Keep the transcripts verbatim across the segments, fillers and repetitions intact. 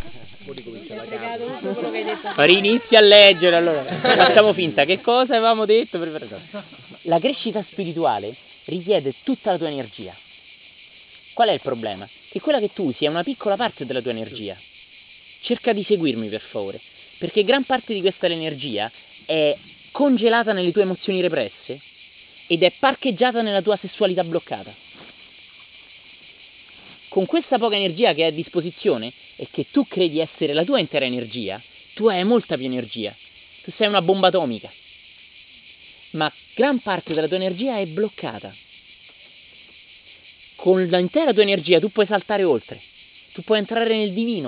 Rinizia a leggere, allora facciamo finta. Che cosa avevamo detto? La crescita spirituale richiede tutta la tua energia. Qual è il problema? Che quella che tu usi è una piccola parte della tua energia. Cerca di seguirmi, per favore, perché gran parte di questa energia è congelata nelle tue emozioni represse ed è parcheggiata nella tua sessualità bloccata. Con questa poca energia che hai a disposizione e che tu credi essere la tua intera energia, tu hai molta più energia. Tu sei una bomba atomica. Ma gran parte della tua energia è bloccata. Con l'intera tua energia tu puoi saltare oltre. Tu puoi entrare nel divino.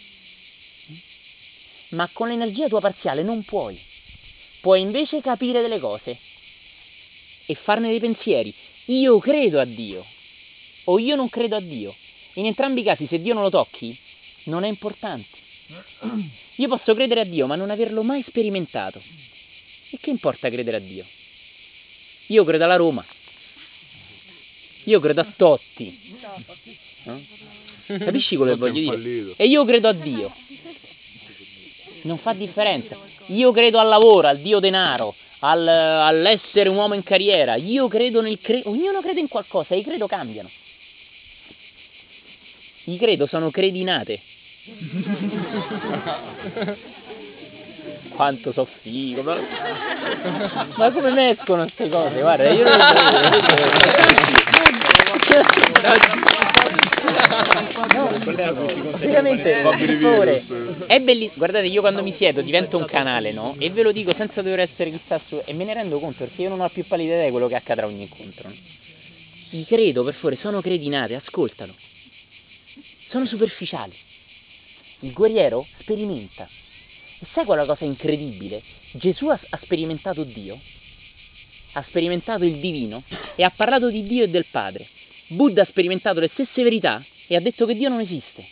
Ma con l'energia tua parziale non puoi. Puoi invece capire delle cose e farne dei pensieri. Io credo a Dio o io non credo a Dio. In entrambi i casi, se Dio non lo tocchi, non è importante. Io posso credere a Dio ma non averlo mai sperimentato. E che importa credere a Dio? Io credo alla Roma. Io credo a Totti. No? Capisci quello che voglio dire? E io credo a Dio. Non fa differenza. Io credo al lavoro, al Dio denaro, al, all'essere un uomo in carriera. Io credo nel cre... Ognuno crede in qualcosa e i credo cambiano. I credo sono credinate. Quanto so figo. Ma, ma come mescono queste cose? Guarda, io non no, veramente, per favore, è bellissimo. Guardate, io quando mi siedo divento un canale, no? E ve lo dico senza dover essere chissà su. E me ne rendo conto perché io non ho la più pallida idea di quello che accadrà ogni incontro, no? I credo, per favore, sono credinate, ascoltalo. Sono superficiali. Il guerriero sperimenta. E sai quella cosa incredibile? Gesù ha, ha sperimentato Dio, ha sperimentato il divino e ha parlato di Dio e del Padre. Buddha ha sperimentato le stesse verità e ha detto che Dio non esiste.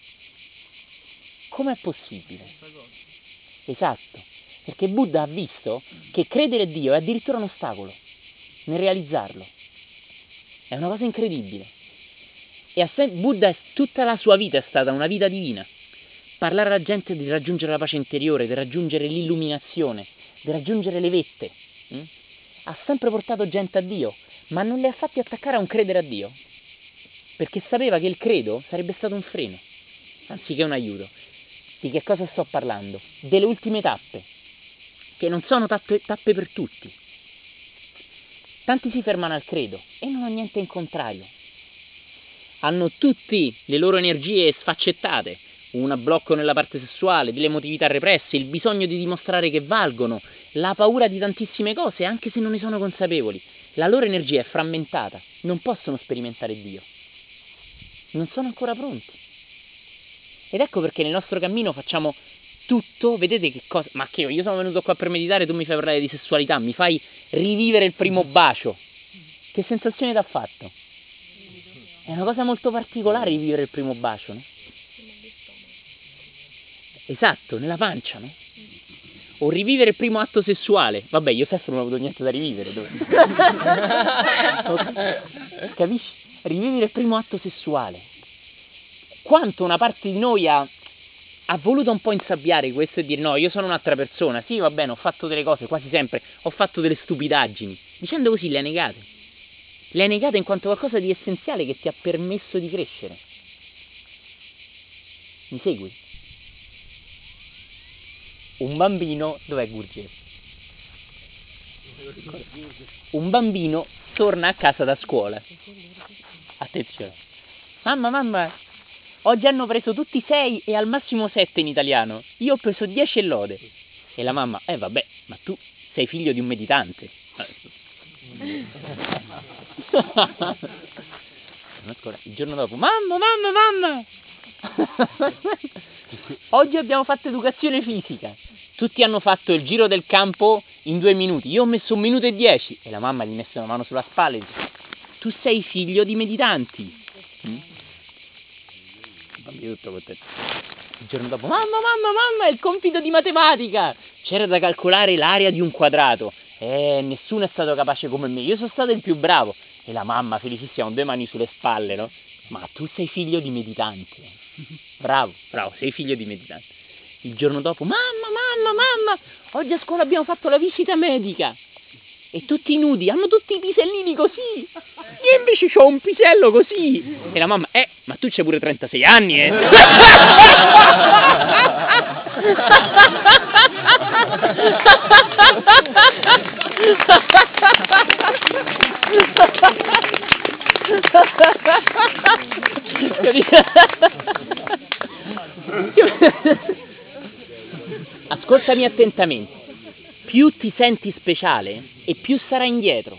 Com'è possibile? Esatto, perché Buddha ha visto che credere a Dio è addirittura un ostacolo nel realizzarlo. È una cosa incredibile. E Buddha, tutta la sua vita è stata una vita divina. Parlare alla gente di raggiungere la pace interiore, di raggiungere l'illuminazione, di raggiungere le vette. Hm? Ha sempre portato gente a Dio, ma non le ha fatti attaccare a un credere a Dio, perché sapeva che il credo sarebbe stato un freno, anziché un aiuto. Di che cosa sto parlando? Delle ultime tappe, che non sono tappe, tappe per tutti. Tanti si fermano al credo e non hanno niente in contrario. Hanno tutti le loro energie sfaccettate, un blocco nella parte sessuale, delle emotività represse, il bisogno di dimostrare che valgono, la paura di tantissime cose, anche se non ne sono consapevoli. La loro energia è frammentata, non possono sperimentare Dio. Non sono ancora pronti. Ed ecco perché nel nostro cammino facciamo tutto, vedete che cosa... Ma che io sono venuto qua per meditare, tu mi fai parlare di sessualità, mi fai rivivere il primo bacio. Che sensazione t'ha fatto? È una cosa molto particolare rivivere il primo bacio, no? Esatto, nella pancia, no? O rivivere il primo atto sessuale. Vabbè, io sesso non ho avuto niente da rivivere. Dove? Capisci? Rivivere il primo atto sessuale. Quanto una parte di noi ha, ha voluto un po' insabbiare questo e dire no, io sono un'altra persona. Sì, va bene, ho fatto delle cose, quasi sempre. Ho fatto delle stupidaggini. Dicendo così le hai negate. Le hai negate in quanto qualcosa di essenziale che ti ha permesso di crescere. Mi segui? Un bambino, dov'è Gurgel? Un bambino torna a casa da scuola. Attenzione. Mamma, mamma, oggi hanno preso tutti sei e al massimo sette in italiano. Io ho preso dieci e lode. E la mamma, eh vabbè, ma tu sei figlio di un meditante. Il giorno dopo, mamma, mamma, mamma. Oggi abbiamo fatto educazione fisica. Tutti hanno fatto il giro del campo in due minuti. Io ho messo un minuto e dieci. E la mamma gli ha messo una mano sulla spalla e dice, tu sei figlio di meditanti. Mm? Tutto contento. Il giorno dopo, mamma, mamma, mamma, è il compito di matematica. C'era da calcolare l'area di un quadrato. Eh, nessuno è stato capace come me. Io sono stato il più bravo. E la mamma, felicissima, con due mani sulle spalle, no? Ma tu sei figlio di meditanti. Bravo, bravo, sei figlio di meditante. Il giorno dopo, mamma, mamma, mamma, oggi a scuola abbiamo fatto la visita medica. E tutti nudi, hanno tutti i pisellini così. Io invece ho un pisello così. E la mamma, eh, ma tu c'hai pure trentasei anni, eh. Ascoltami attentamente. Più ti senti speciale e più sarai indietro.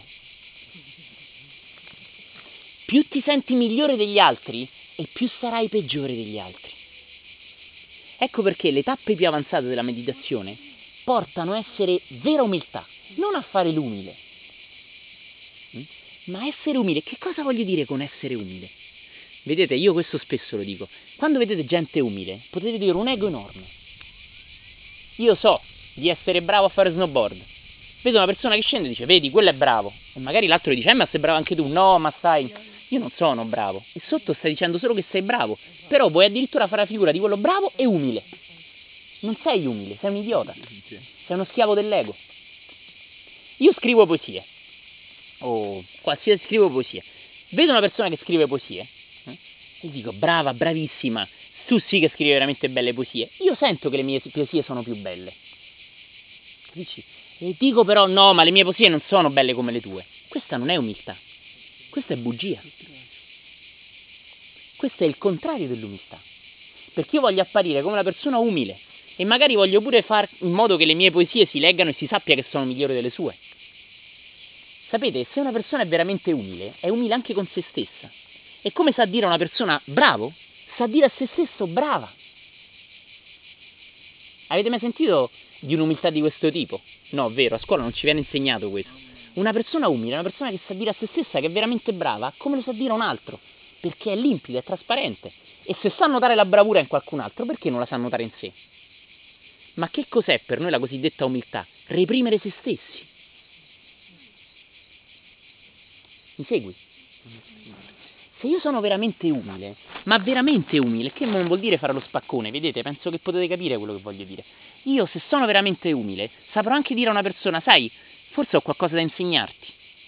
Più ti senti migliore degli altri e più sarai peggiore degli altri. Ecco perché le tappe più avanzate della meditazione portano a essere vera umiltà, non a fare l'umile, ma essere umile. Che cosa voglio dire con essere umile? Vedete, io questo spesso lo dico. Quando vedete gente umile, potete dire un ego enorme. Io so di essere bravo a fare snowboard. Vedo una persona che scende e dice, vedi, quello è bravo. E magari l'altro gli dice, eh, ma sei bravo anche tu. No, ma sai, io non sono bravo. E sotto stai dicendo solo che sei bravo. Però vuoi addirittura fare la figura di quello bravo e umile. Non sei umile, sei un idiota. Sei uno schiavo dell'ego. Io scrivo poesie. O qualsiasi scrivo poesie. Vedo una persona che scrive poesie. Eh, e dico, brava, bravissima. Tu sì che scrivi veramente belle poesie. Io sento che le mie poesie sono più belle. Capisci? E dico però no, ma le mie poesie non sono belle come le tue. Questa non è umiltà. Questa è bugia. Questo è il contrario dell'umiltà. Perché io voglio apparire come una persona umile. E magari voglio pure fare in modo che le mie poesie si leggano e si sappia che sono migliori delle sue. Sapete, se una persona è veramente umile, è umile anche con se stessa. E come sa dire a una persona bravo? Sa dire a se stesso brava. Avete mai sentito di un'umiltà di questo tipo? No, vero, a scuola non ci viene insegnato questo. Una persona umile, una persona che sa dire a se stessa che è veramente brava, come lo sa dire a un altro? Perché è limpida, è trasparente. E se sa notare la bravura in qualcun altro, perché non la sa notare in sé? Ma che cos'è per noi la cosiddetta umiltà? Reprimere se stessi. Mi segui? Se io sono veramente umile, ma veramente umile, che non vuol dire fare lo spaccone, vedete? Penso che potete capire quello che voglio dire. Io, se sono veramente umile, saprò anche dire a una persona, sai, forse ho qualcosa da insegnarti.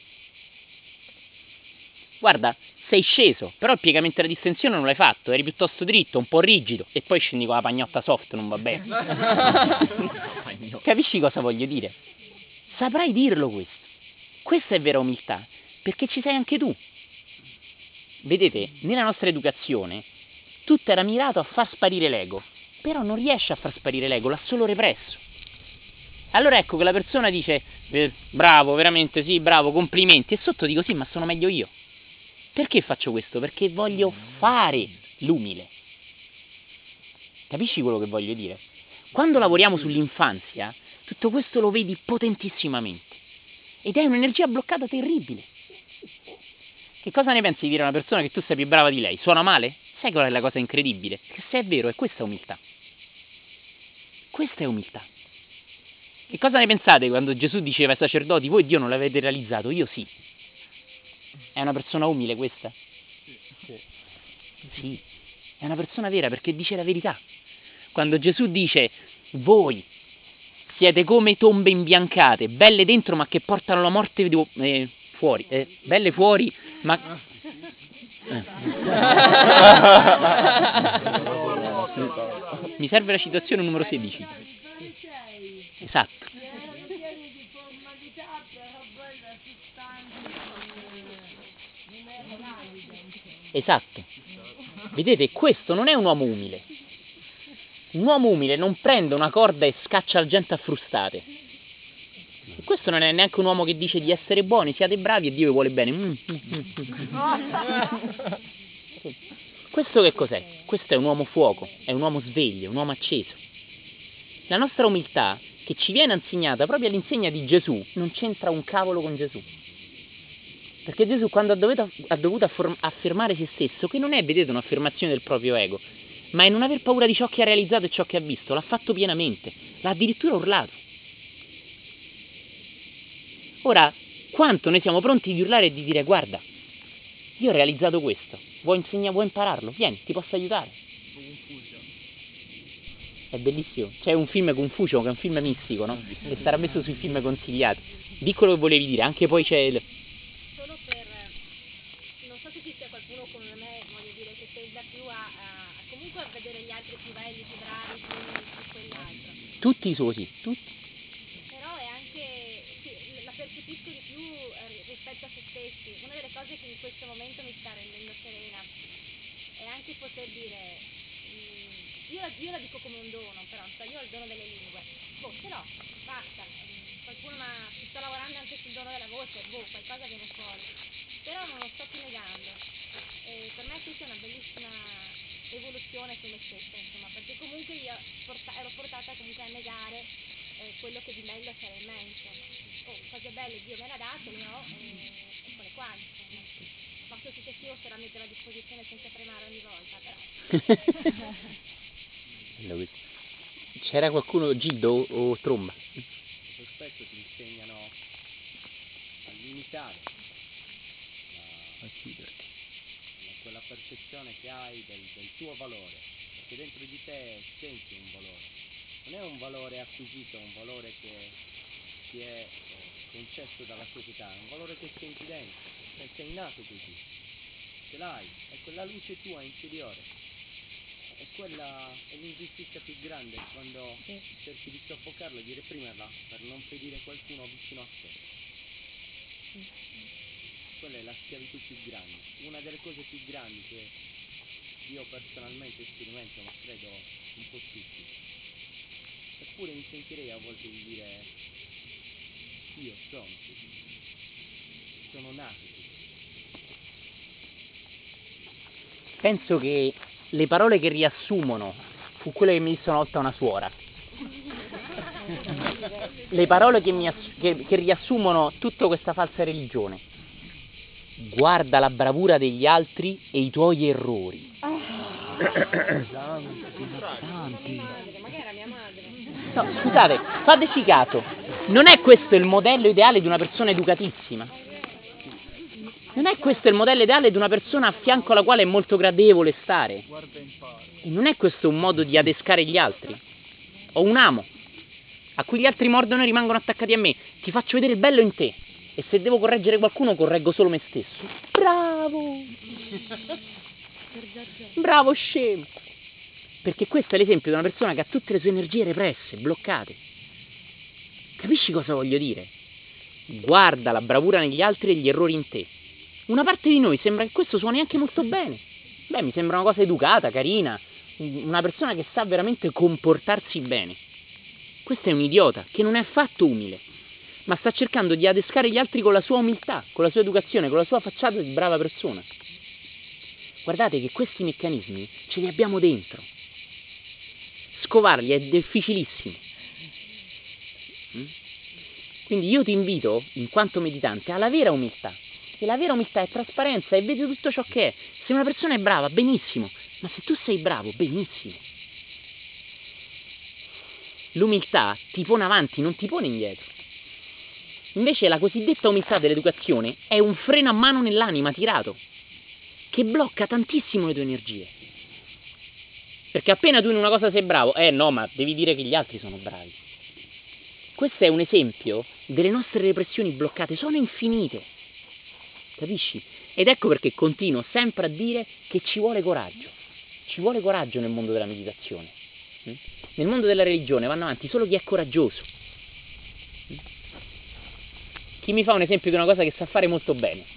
Guarda, sei sceso, però il piegamento della distensione non l'hai fatto, eri piuttosto dritto, un po' rigido, e poi scendi con la pagnotta soft, non va bene. Capisci cosa voglio dire? Saprai dirlo questo. Questa è vera umiltà, perché ci sei anche tu. Vedete, nella nostra educazione tutto era mirato a far sparire l'ego, però non riesce a far sparire l'ego, l'ha solo represso. Allora ecco che la persona dice, eh, bravo, veramente sì, bravo, complimenti, e sotto dico sì, ma sono meglio io. Perché faccio questo? Perché voglio fare l'umile. Capisci quello che voglio dire? Quando lavoriamo sull'infanzia, tutto questo lo vedi potentissimamente. Ed è un'energia bloccata terribile. Che cosa ne pensi di dire a una persona che tu sei più brava di lei? Suona male? Sai qual è la cosa incredibile? Che se è vero, è questa umiltà. Questa è umiltà. Che cosa ne pensate quando Gesù diceva ai sacerdoti, voi Dio non l'avete realizzato, io sì? È una persona umile questa? Sì. Sì, è una persona vera perché dice la verità. Quando Gesù dice, voi siete come tombe imbiancate, belle dentro ma che portano la morte eh, fuori, eh, belle fuori ma... Eh. Mi serve la citazione numero sedici. Esatto. Esatto. Vedete, questo non è un uomo umile. Un uomo umile non prende una corda e scaccia la gente a frustate. E questo non è neanche un uomo che dice di essere buoni, siate bravi e Dio vi vuole bene. Mm, mm, mm. Questo che cos'è? Questo è un uomo fuoco, è un uomo sveglio, un uomo acceso. La nostra umiltà, che ci viene insegnata proprio all'insegna di Gesù, non c'entra un cavolo con Gesù. Perché Gesù quando ha dovuto, ha dovuto afform- affermare se stesso, che non è, vedete, un'affermazione del proprio ego, ma è non aver paura di ciò che ha realizzato e ciò che ha visto, l'ha fatto pienamente, l'ha addirittura urlato. Ora, quanto noi siamo pronti di urlare e di dire, guarda, io ho realizzato questo, vuoi insegnare, vuoi impararlo? Vieni, ti posso aiutare. È bellissimo. C'è un film Confucio che è un film mistico, no? Che sarà messo sui film consigliati. Di quello che volevi dire, anche poi c'è il... Solo per... non so se ci sia qualcuno come me, voglio dire, che tenda più a, a comunque a vedere gli altri più belli, più bravi, più, più quell'altro. Tutti così, tutti. Però è anche, sì, la percepisco di più eh, rispetto a se stessi. Una delle cose che in questo momento mi sta rendendo serena è anche poter dire, mh, io, la, io la dico come un dono, però so, io ho il dono delle lingue, boh, ce l'ho, basta, mh, qualcuno ma ci sto lavorando anche sul dono della voce, boh, qualcosa viene fuori, però non lo sto più negando. E per me questa è una bellissima evoluzione su me stessa, insomma, perché comunque io porta, ero portata comunque a negare eh, quello che di meglio c'era in me, insomma. Oh, cose belle Dio me l'ha dato, ne ho, e eccole qua, insomma. Passo successivo sarà mettere a disposizione senza tremare ogni volta, però. C'era qualcuno, Gildo o Tromba? Spesso ti insegnano a limitare la, quella percezione che hai del, del tuo valore, perché dentro di te senti un valore, non è un valore acquisito, è un valore che ti è eh, concesso dalla società, è un valore che senti dentro, cioè sei nato così, ce l'hai, è quella luce tua interiore. E quella è l'ingiustizia più grande, quando sì. cerchi di soffocarla e di reprimerla per non ferire qualcuno vicino a te. Sì. Quella è la schiavitù più grande, una delle cose più grandi che io personalmente sperimento, ma credo un po' tutti. Eppure mi sentirei a volte di dire, io sono così, sono nato così. Penso che le parole che riassumono, fu quello che mi disse una volta una suora, le parole che, mi ass- che, che riassumono tutta questa falsa religione: guarda la bravura degli altri e i tuoi errori. No, scusate, fateci caso, non è questo il modello ideale di una persona educatissima? Non è questo il modello ideale di una persona a fianco alla quale è molto gradevole stare? E non è questo un modo di adescare gli altri? Ho un amo a cui gli altri mordono e rimangono attaccati a me. Ti faccio vedere il bello in te. E se devo correggere qualcuno, correggo solo me stesso. Bravo! Bravo scemo! Perché questo è l'esempio di una persona che ha tutte le sue energie represse, bloccate. Capisci cosa voglio dire? Guarda la bravura negli altri e gli errori in te. Una parte di noi sembra che questo suoni anche molto bene. Beh, mi sembra una cosa educata, carina, una persona che sa veramente comportarsi bene. Questo è un idiota che non è affatto umile, ma sta cercando di adescare gli altri con la sua umiltà, con la sua educazione, con la sua facciata di brava persona. Guardate che questi meccanismi ce li abbiamo dentro. Scovarli è difficilissimo. Quindi io ti invito, in quanto meditante, alla vera umiltà. E la vera umiltà è trasparenza e vedi tutto ciò che è. Se una persona è brava, benissimo, ma se tu sei bravo, benissimo. L'umiltà ti pone avanti, non ti pone indietro. Invece la cosiddetta umiltà dell'educazione è un freno a mano nell'anima tirato, che blocca tantissimo le tue energie. Perché appena tu in una cosa sei bravo, eh no, ma devi dire che gli altri sono bravi. Questo è un esempio delle nostre repressioni bloccate, sono infinite. Capisci? Ed ecco perché continuo sempre a dire che ci vuole coraggio. Ci vuole coraggio nel mondo della meditazione. Nel mondo della religione vanno avanti solo chi è coraggioso. Chi mi fa un esempio di una cosa che sa fare molto bene?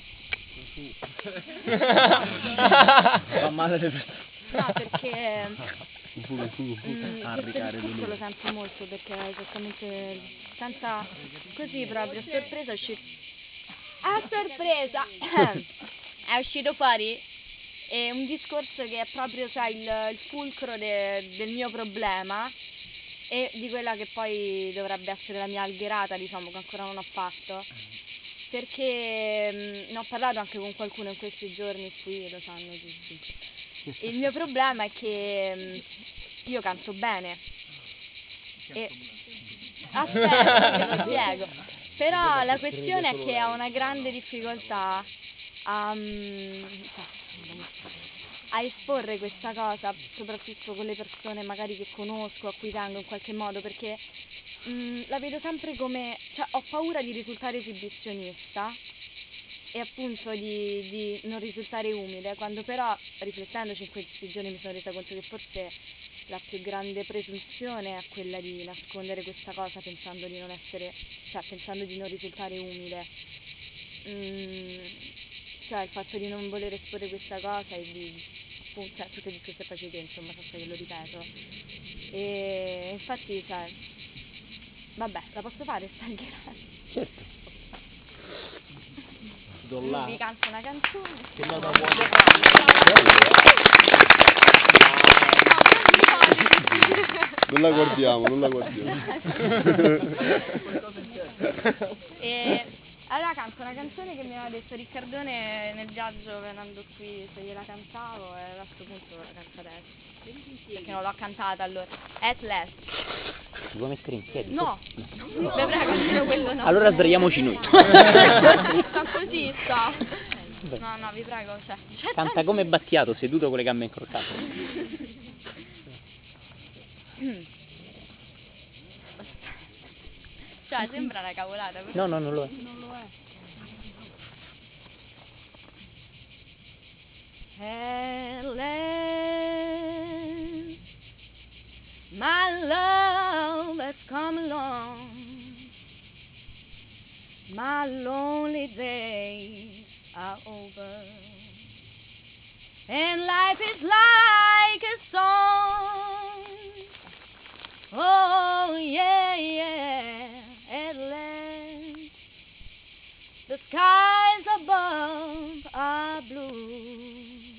Fa male le persone. No, perché mm, questo discorso lo sento molto, perché è esattamente senza così proprio sorpresa uscito. A sorpresa è uscito fuori e un discorso che è proprio, cioè, il, il fulcro de, del mio problema e di quella che poi dovrebbe essere la mia algherata, diciamo, che ancora non ho fatto, perché mh, ne ho parlato anche con qualcuno in questi giorni qui, lo sanno tutti. Il mio problema è che mh, io canto bene e aspetta che ti spiego. Però la questione è che ho una grande difficoltà a, a a esporre questa cosa, soprattutto con le persone magari che conosco, a cui tengo in qualche modo, perché mh, la vedo sempre come, cioè ho paura di risultare esibizionista e appunto di, di non risultare umile, quando però riflettendoci in questi giorni mi sono resa conto che forse la più grande presunzione è quella di nascondere questa cosa pensando di non essere, cioè pensando di non risultare umile. Mm, cioè il fatto di non voler esporre questa cosa e di, appunto, cioè tutto il discorso che facevi te, insomma, senza che lo ripeto. E infatti, cioè, vabbè, la posso fare sta richiesta? Certo. Vi canto una canzone. Non la guardiamo, non la guardiamo. E allora canto una canzone che mi aveva detto Riccardone nel viaggio venendo qui, se gliela cantavo, e a questo punto la canto adesso. Perché non l'ho cantata allora. At Last. Si può mettere in piedi? No, no. Beh, prego, almeno quello no. Allora sdraiamoci noi. Sta così, sta. No, no, vi prego, cioè. cioè Canta tanto... come Battiato, seduto con le gambe incrociate. Cioè, sembra una cavolata. No, no, non lo è. Non lo è. At last, my love has come along. My lonely days are over. And life is like a song. Oh, yeah, yeah, at last. The skies above are blue.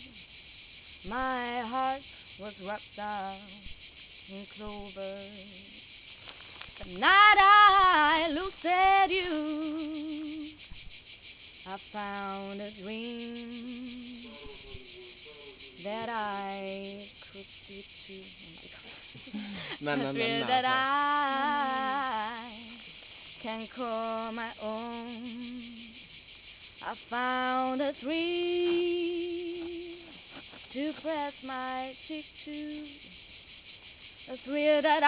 My heart was wrapped up in clover. The night I looked at you, I found a dream that I could speak to. No, no, A no, thrill no, that no. I can call my own. I found a thrill to press my cheek to. A thrill that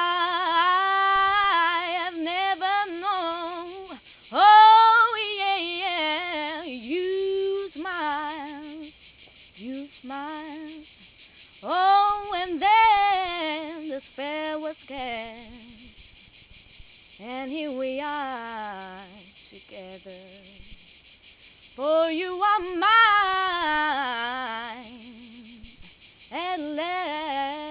I have never known. Oh yeah, yeah, you smiled, you smiled. Oh, and then the spell was cast, and here we are together. For you are mine at last.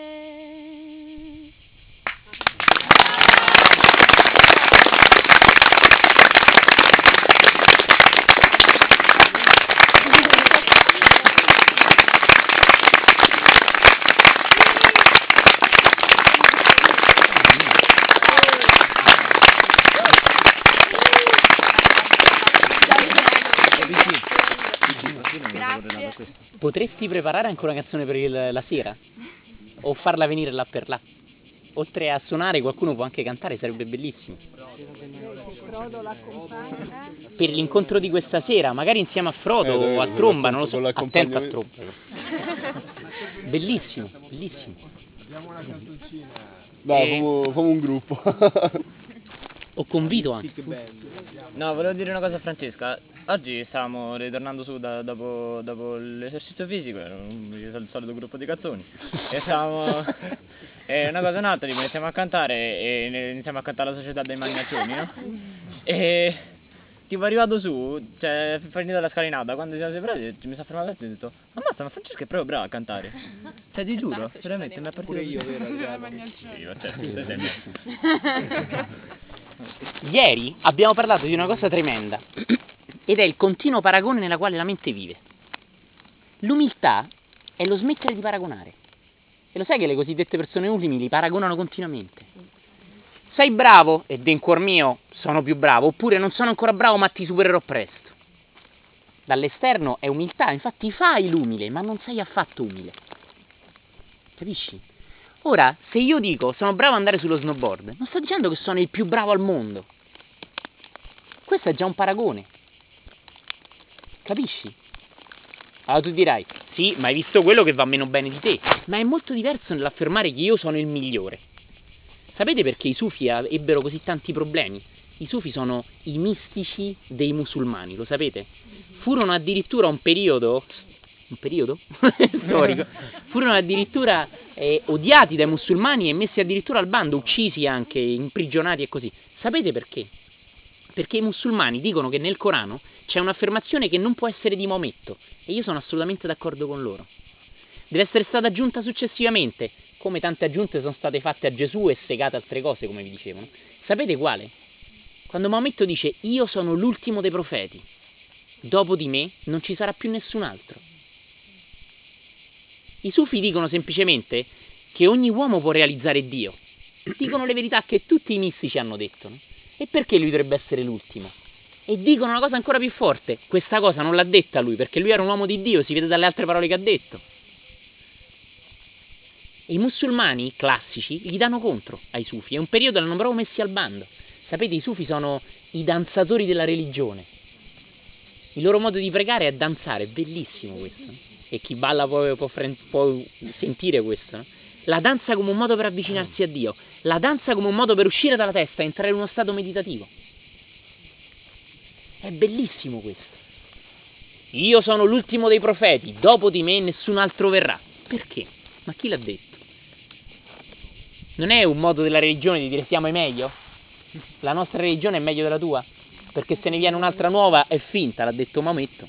Grazie. Potresti preparare anche una canzone per il, la sera? O farla venire là per là? Oltre a suonare qualcuno può anche cantare, sarebbe bellissimo. Per l'incontro di questa sera, magari insieme a Frodo Eh, o a Tromba, non lo so, con attento a l'accompagnamento. Tromba. Bellissimo, bellissimo. Abbiamo una canzoncina. Dai, E- famo, famo un gruppo. O convito anche. No, volevo dire una cosa a Francesca. Oggi stavamo ritornando su da- dopo, dopo l'esercizio fisico, era un- il solito gruppo di cazzoni. E stavamo. E una cosa e un'altra, tipo, iniziamo a cantare e ne- iniziamo a cantare la società dei magnaccioni, no? E tipo arrivato su, cioè finita la scalinata, quando siamo separati mi sono fermato e ho detto ammazza, ma Francesca è proprio brava a cantare. Cioè ti giuro, veramente mi è partito io, Sì, ma certo, tu sei me. Ieri abbiamo parlato di una cosa tremenda ed è il continuo paragone nella quale la mente vive. L'umiltà è lo smettere di paragonare. E lo sai che le cosiddette persone umili paragonano continuamente? Sei bravo e in cuor mio sono più bravo, oppure non sono ancora bravo ma ti supererò presto. Dall'esterno è umiltà, infatti fai l'umile, ma non sei affatto umile. Capisci? Ora, se io dico sono bravo ad andare sullo snowboard, non sto dicendo che sono il più bravo al mondo. Questo è già un paragone. Capisci? Allora tu dirai, Sì, ma hai visto quello che va meno bene di te. Ma è molto diverso nell'affermare che io sono il migliore. Sapete perché i sufi ebbero così tanti problemi? I sufi sono i mistici dei musulmani, lo sapete? Furono addirittura un periodo, un periodo storico, furono addirittura eh, odiati dai musulmani e messi addirittura al bando, uccisi anche, imprigionati e così. Sapete perché? Perché i musulmani dicono che nel Corano c'è un'affermazione che non può essere di Maometto, e io sono assolutamente d'accordo con loro. Deve essere stata aggiunta successivamente, come tante aggiunte sono state fatte a Gesù e segate altre cose, come vi dicevano. Sapete quale? Quando Maometto dice io sono l'ultimo dei profeti, dopo di me non ci sarà più nessun altro. I sufi dicono semplicemente che ogni uomo può realizzare Dio. Dicono le verità che tutti i mistici hanno detto, no? E perché lui dovrebbe essere l'ultimo? E dicono una cosa ancora più forte, questa cosa non l'ha detta lui, perché lui era un uomo di Dio, si vede dalle altre parole che ha detto. E i musulmani classici gli danno contro ai sufi, e un periodo l'hanno proprio messi al bando. Sapete, i sufi sono i danzatori della religione. Il loro modo di pregare è danzare, è bellissimo questo, no? E chi balla può, può, può sentire questo, no? La danza come un modo per avvicinarsi a Dio, la danza come un modo per uscire dalla testa e entrare in uno stato meditativo. È bellissimo questo. Io sono l'ultimo dei profeti, dopo di me nessun altro verrà. Perché? Ma chi l'ha detto? Non è un modo della religione di dire siamo i meglio? La nostra religione è meglio della tua? Perché se ne viene un'altra nuova è finta, l'ha detto Maometto.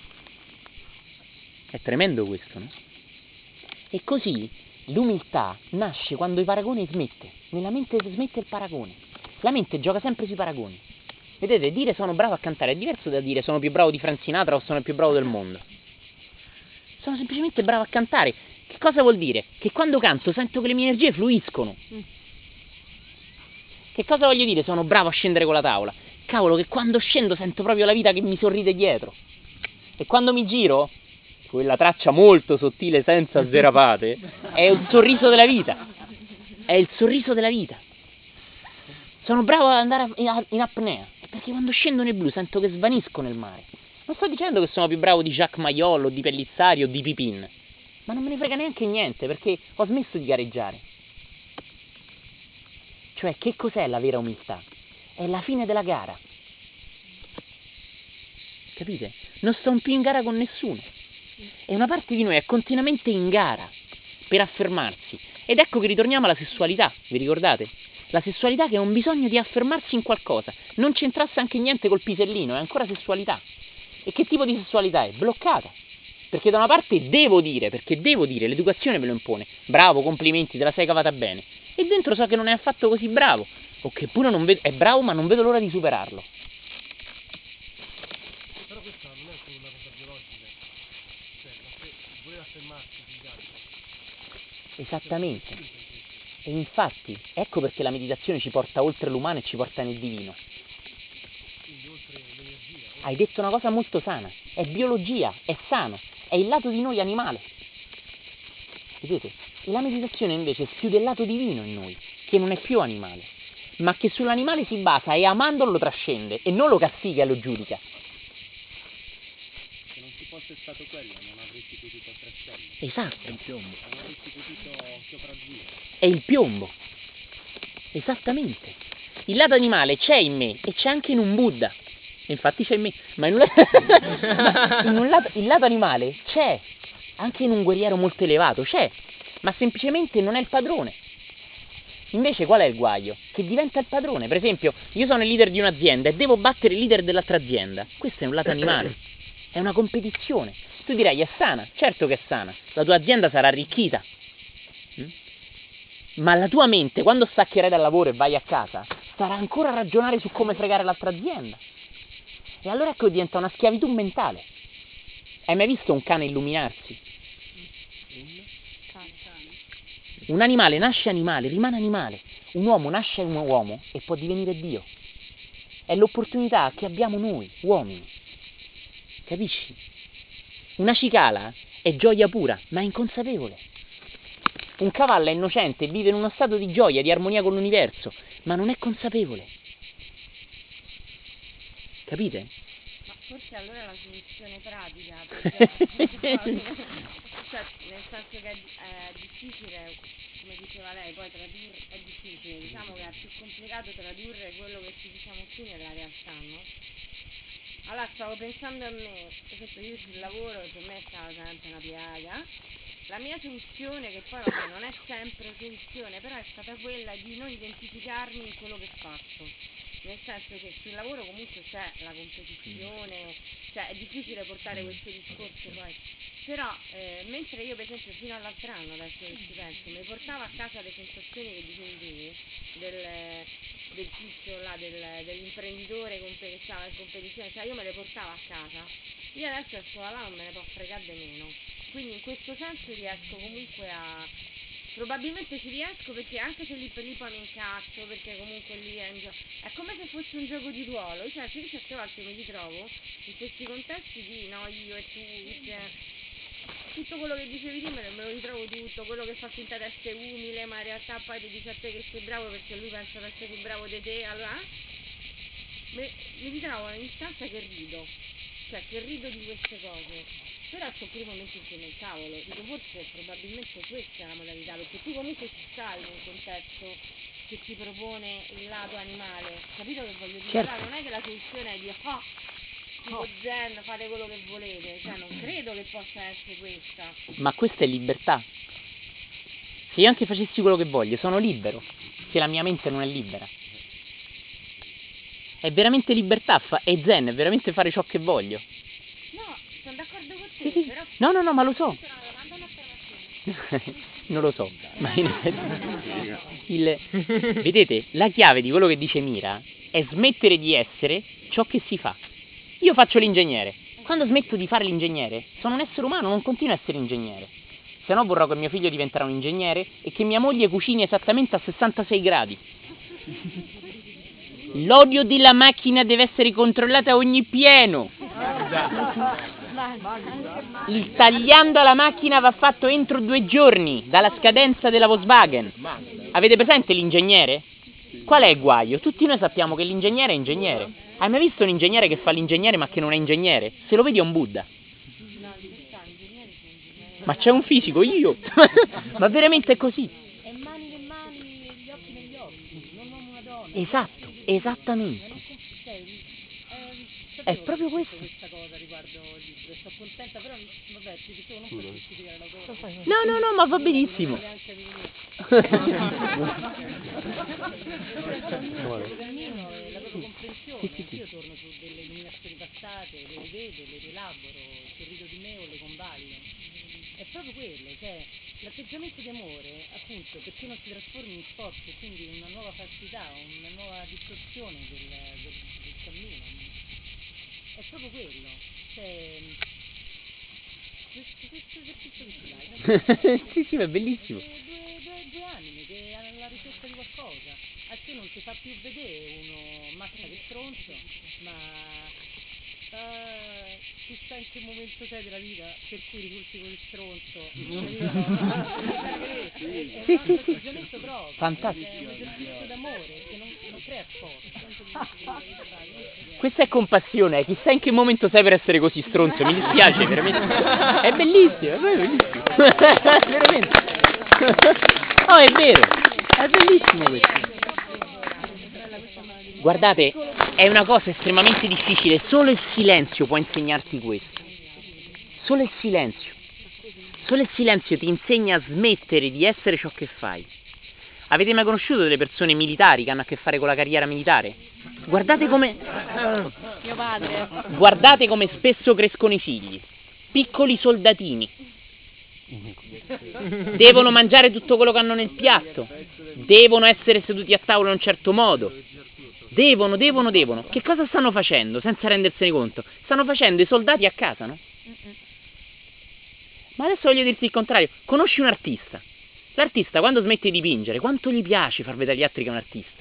È tremendo questo, no? E così l'umiltà nasce quando il paragone smette. Nella mente smette il paragone. La mente gioca sempre sui paragoni. Vedete, dire sono bravo a cantare è diverso da dire sono più bravo di Frank Sinatra o sono il più bravo del mondo. Sono semplicemente bravo a cantare. Che cosa vuol dire? Che quando canto sento che le mie energie fluiscono. Che cosa voglio dire? Sono bravo a scendere con la tavola. Cavolo, che quando scendo sento proprio la vita che mi sorride dietro. E quando mi giro, quella traccia molto sottile senza sderapate, è il sorriso della vita. È il sorriso della vita. Sono bravo ad andare in apnea, perché quando scendo nel blu sento che svanisco nel mare. Non sto dicendo che sono più bravo di Jacques Mayol o di Pellizzari o di Pipin, ma non me ne frega neanche niente, perché ho smesso di gareggiare. Cioè, che cos'è la vera umiltà? È la fine della gara. Capite? Non sto più in gara con nessuno. E una parte di noi è continuamente in gara per affermarsi. Ed ecco che ritorniamo alla sessualità, vi ricordate? La sessualità che è un bisogno di affermarsi in qualcosa. Non c'entrasse anche niente col pisellino, è ancora sessualità. E che tipo di sessualità è? Bloccata. Perché da una parte devo dire, perché devo dire, l'educazione me lo impone. Bravo, complimenti, te la sei cavata bene. E dentro so che non è affatto così bravo. O che pure non vedo, è bravo ma non vedo l'ora di superarlo. Però questa non è solo una cosa biologica. Cioè, voler affermarsi sul gatto. Esattamente. E infatti, ecco perché la meditazione ci porta oltre l'umano e ci porta nel divino. Hai detto una cosa molto sana, è biologia, è sano, è il lato di noi animale. Vedete? E la meditazione invece schiude il lato divino in noi, che non è più animale, ma che sull'animale si basa e amandolo lo trascende e non lo castiga e lo giudica. Se non ci fosse stato quello non avresti potuto tre stelle. Esatto. Non avresti potuto sopravvivere. È il piombo. Esattamente. Il lato animale c'è in me e c'è anche in un Buddha. Infatti c'è in me, ma in un, ma in un lato, il lato animale c'è anche in un guerriero molto elevato, c'è, ma semplicemente non è il padrone. Invece qual è il guaio? Che diventa il padrone. Per esempio, io sono il leader di un'azienda e devo battere il leader dell'altra azienda. Questo è un lato animale, è una competizione. Tu direi è sana, certo che è sana, la tua azienda sarà arricchita. Ma la tua mente, quando staccherai dal lavoro e vai a casa, starà ancora a ragionare su come fregare l'altra azienda. E allora ecco diventa una schiavitù mentale. Hai mai visto un cane illuminarsi? Un animale nasce animale, rimane animale. Un uomo nasce un uomo e può divenire Dio. È l'opportunità che abbiamo noi, uomini. Capisci? Una cicala è gioia pura, ma è inconsapevole. Un cavallo è innocente e vive in uno stato di gioia, di armonia con l'universo, ma non è consapevole. Capite? forse allora la soluzione pratica, perché cioè, nel senso che è, è difficile, come diceva lei, poi tradurre è difficile, diciamo che è più complicato tradurre quello che ci diciamo qui nella realtà, no? Allora stavo pensando a me, per esempio io sul lavoro per me è stata sempre una piaga, la mia soluzione, che poi vabbè non è sempre soluzione, però è stata quella di non identificarmi in quello che faccio, nel senso che sul lavoro comunque c'è la competizione, cioè è difficile portare questo discorso poi, però eh, mentre io per esempio fino all'altro anno, adesso che ci penso, mi portavo a casa le sensazioni che dicevi tu, del, del tizio là, del, dell'imprenditore compe- che stava in competizione, cioè io me le portavo a casa, io adesso esco da là non me ne può fregare di meno, quindi in questo senso riesco comunque a, probabilmente ci riesco perché anche se lì per lì poi mi incazzo, perché comunque lì è un gioco, è come se fosse un gioco di ruolo, cioè se io certe volte mi ritrovo in questi contesti di no io e tu, cioè, tutto quello che dicevi di me, me lo ritrovo tutto, quello che fa finta di essere umile ma in realtà poi ti dice a te che sei bravo perché lui pensa di essere più bravo di te, allora mi, mi ritrovo in stanza che rido, cioè che rido di queste cose, però sono pure momenti in cui mi incavolo, dico forse probabilmente questa è la modalità, perché tu comunque ci stai in un contesto che ti propone il lato animale, capito che voglio dire? Certo. Allora non è che la soluzione è di oh, tipo zen, fate quello che volete, cioè non credo che possa essere questa. Ma questa è libertà. Se io anche facessi quello che voglio, sono libero. Se la mia mente non è libera. È veramente libertà, fa- è zen, è veramente fare ciò che voglio. No, sono d'accordo con te, Sì, sì. però No, no, no, ma lo so. Questa è una domanda o un'affermazione? Non lo so, ma in effetti il... vedete, la chiave di quello che dice Mira è smettere di essere ciò che si fa. Io faccio l'ingegnere. Quando smetto di fare l'ingegnere, sono un essere umano, non continuo a essere ingegnere. Se no vorrò che mio figlio diventerà un ingegnere e che mia moglie cucini esattamente a sessantasei gradi. L'odio della macchina deve essere controllato a ogni pieno. Il tagliando alla macchina va fatto entro due giorni dalla scadenza della Volkswagen. Avete presente l'ingegnere? Qual è il guaio? Tutti noi sappiamo che l'ingegnere è ingegnere. Hai mai visto un ingegnere che fa l'ingegnere ma che non è ingegnere? Se lo vedi è un Buddha. Ma c'è un fisico, io. Ma veramente è così. E mani le mani, gli occhi negli occhi, non uomo una donna. Esatto, esattamente. Cioè, ehm, È proprio questo. questa cosa riguardo il libro, sto contenta, però vabbè, ti dicevo non per giustificare la cosa. No, no, no, ma va benissimo. Neanche cammino e la propria comprensione, Sì, sì, sì. io torno su delle illuminazioni passate, le rivedo, le rielaboro, sorrido di me o le convallo. È proprio quello, cioè l'atteggiamento di amore, appunto, perché non si trasformi in sport, quindi in una nuova falsità, una nuova distorsione del, del, del cammino. È proprio quello, cioè questo, questo esercizio che ci dai, Sì, sì, ma è bellissimo. due, due, due, due anime che hanno la ricerca di qualcosa, a te non ti fa più vedere uno mazza che stronzo, ma uh, tu sai in che momento sei della vita per cui risulti così stronzo. Sì, sì, sì. Proprio, Fantastico. è un esercizio d'amore che non, non crea sport. Questa è compassione, eh. Chissà in che momento sei per essere così stronzo, mi dispiace, veramente. È bellissimo, è bellissimo. Veramente. Oh, è vero, è bellissimo questo. Guardate, è una cosa estremamente difficile, solo il silenzio può insegnarti questo. Solo il silenzio. Solo il silenzio ti insegna a smettere di essere ciò che fai. Avete mai conosciuto delle persone militari che hanno a che fare con la carriera militare? Guardate come... mio padre. Guardate come spesso crescono i figli. Piccoli soldatini. Devono mangiare tutto quello che hanno nel piatto. Devono essere seduti a tavola in un certo modo. Devono, devono, devono. Che cosa stanno facendo senza rendersene conto? Stanno facendo i soldati a casa, no? Ma adesso voglio dirti il contrario. Conosci un artista. L'artista quando smette di dipingere, quanto gli piace far vedere agli altri che è un artista?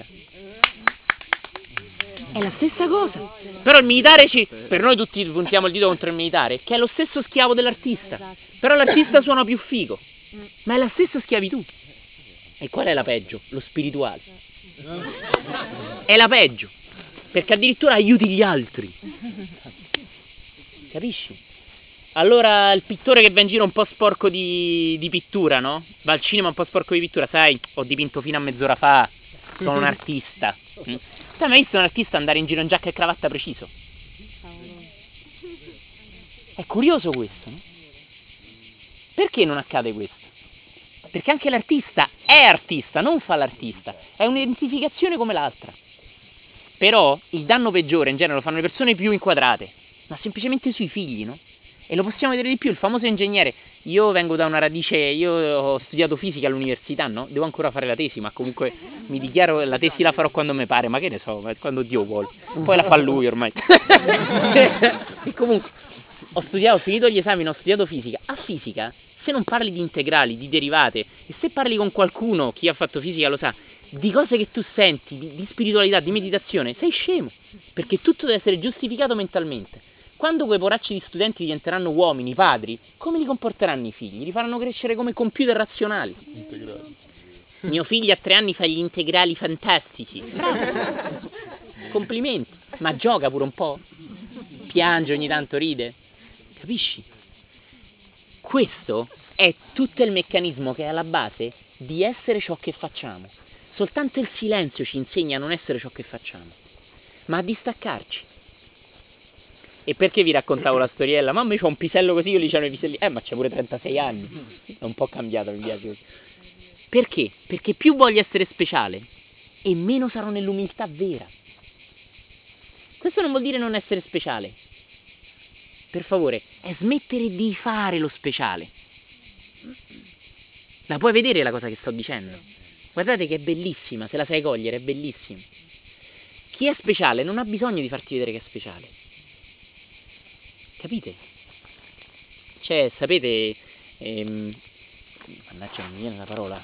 È la stessa cosa. Però il militare ci... Per noi tutti puntiamo il dito contro il militare, che è lo stesso schiavo dell'artista. Però l'artista suona più figo. Ma è la stessa schiavitù. E qual è la peggio? Lo spirituale. È la peggio. Perché addirittura aiuti gli altri. capisci? Allora il pittore che va in giro un po' sporco di, di pittura, no? Va al cinema un po' sporco di pittura, sai, ho dipinto fino a mezz'ora fa, sono un artista. Mm? Tu hai mai visto un artista andare in giro in giacca e cravatta preciso? È curioso questo, no? Perché non accade questo? Perché anche l'artista è artista, non fa l'artista, è un'identificazione come l'altra. Però il danno peggiore in genere lo fanno le persone più inquadrate, ma semplicemente sui figli, no? E lo possiamo vedere di più, il famoso ingegnere. Io vengo da una radice, io ho studiato fisica all'università, no? Devo ancora fare la tesi, ma comunque mi dichiaro, la tesi la farò quando mi pare, ma che ne so, quando Dio vuole. Poi la fa lui ormai. E comunque, ho studiato, ho finito gli esami, ho studiato fisica. A fisica, se non parli di integrali, di derivate, e se parli con qualcuno, chi ha fatto fisica lo sa, di cose che tu senti, di, di spiritualità, di meditazione, sei scemo, perché tutto deve essere giustificato mentalmente. Quando quei poracci di studenti diventeranno uomini, padri, come li comporteranno i figli? Li faranno crescere come computer razionali. Integrali. Mio figlio a tre anni fa gli integrali fantastici. Bravo. Complimenti. Ma gioca pure un po'. Piange, ogni tanto ride. Capisci? Questo è tutto il meccanismo che è alla base di essere ciò che facciamo. Soltanto il silenzio ci insegna a non essere ciò che facciamo, ma a distaccarci. E perché vi raccontavo la storiella? Mamma, io ho un pisello così, io gli c'hanno i piselli. Eh, ma c'è pure trentasei anni. È un po' cambiato, mi piace così. Perché? Perché più voglio essere speciale e meno sarò nell'umiltà vera. Questo non vuol dire non essere speciale. Per favore, è smettere di fare lo speciale. La puoi vedere la cosa che sto dicendo? Guardate che è bellissima, se la sai cogliere, è bellissima. Chi è speciale non ha bisogno di farti vedere che è speciale. Capite? Cioè, sapete, ehm, mannaggia, non mi viene la parola.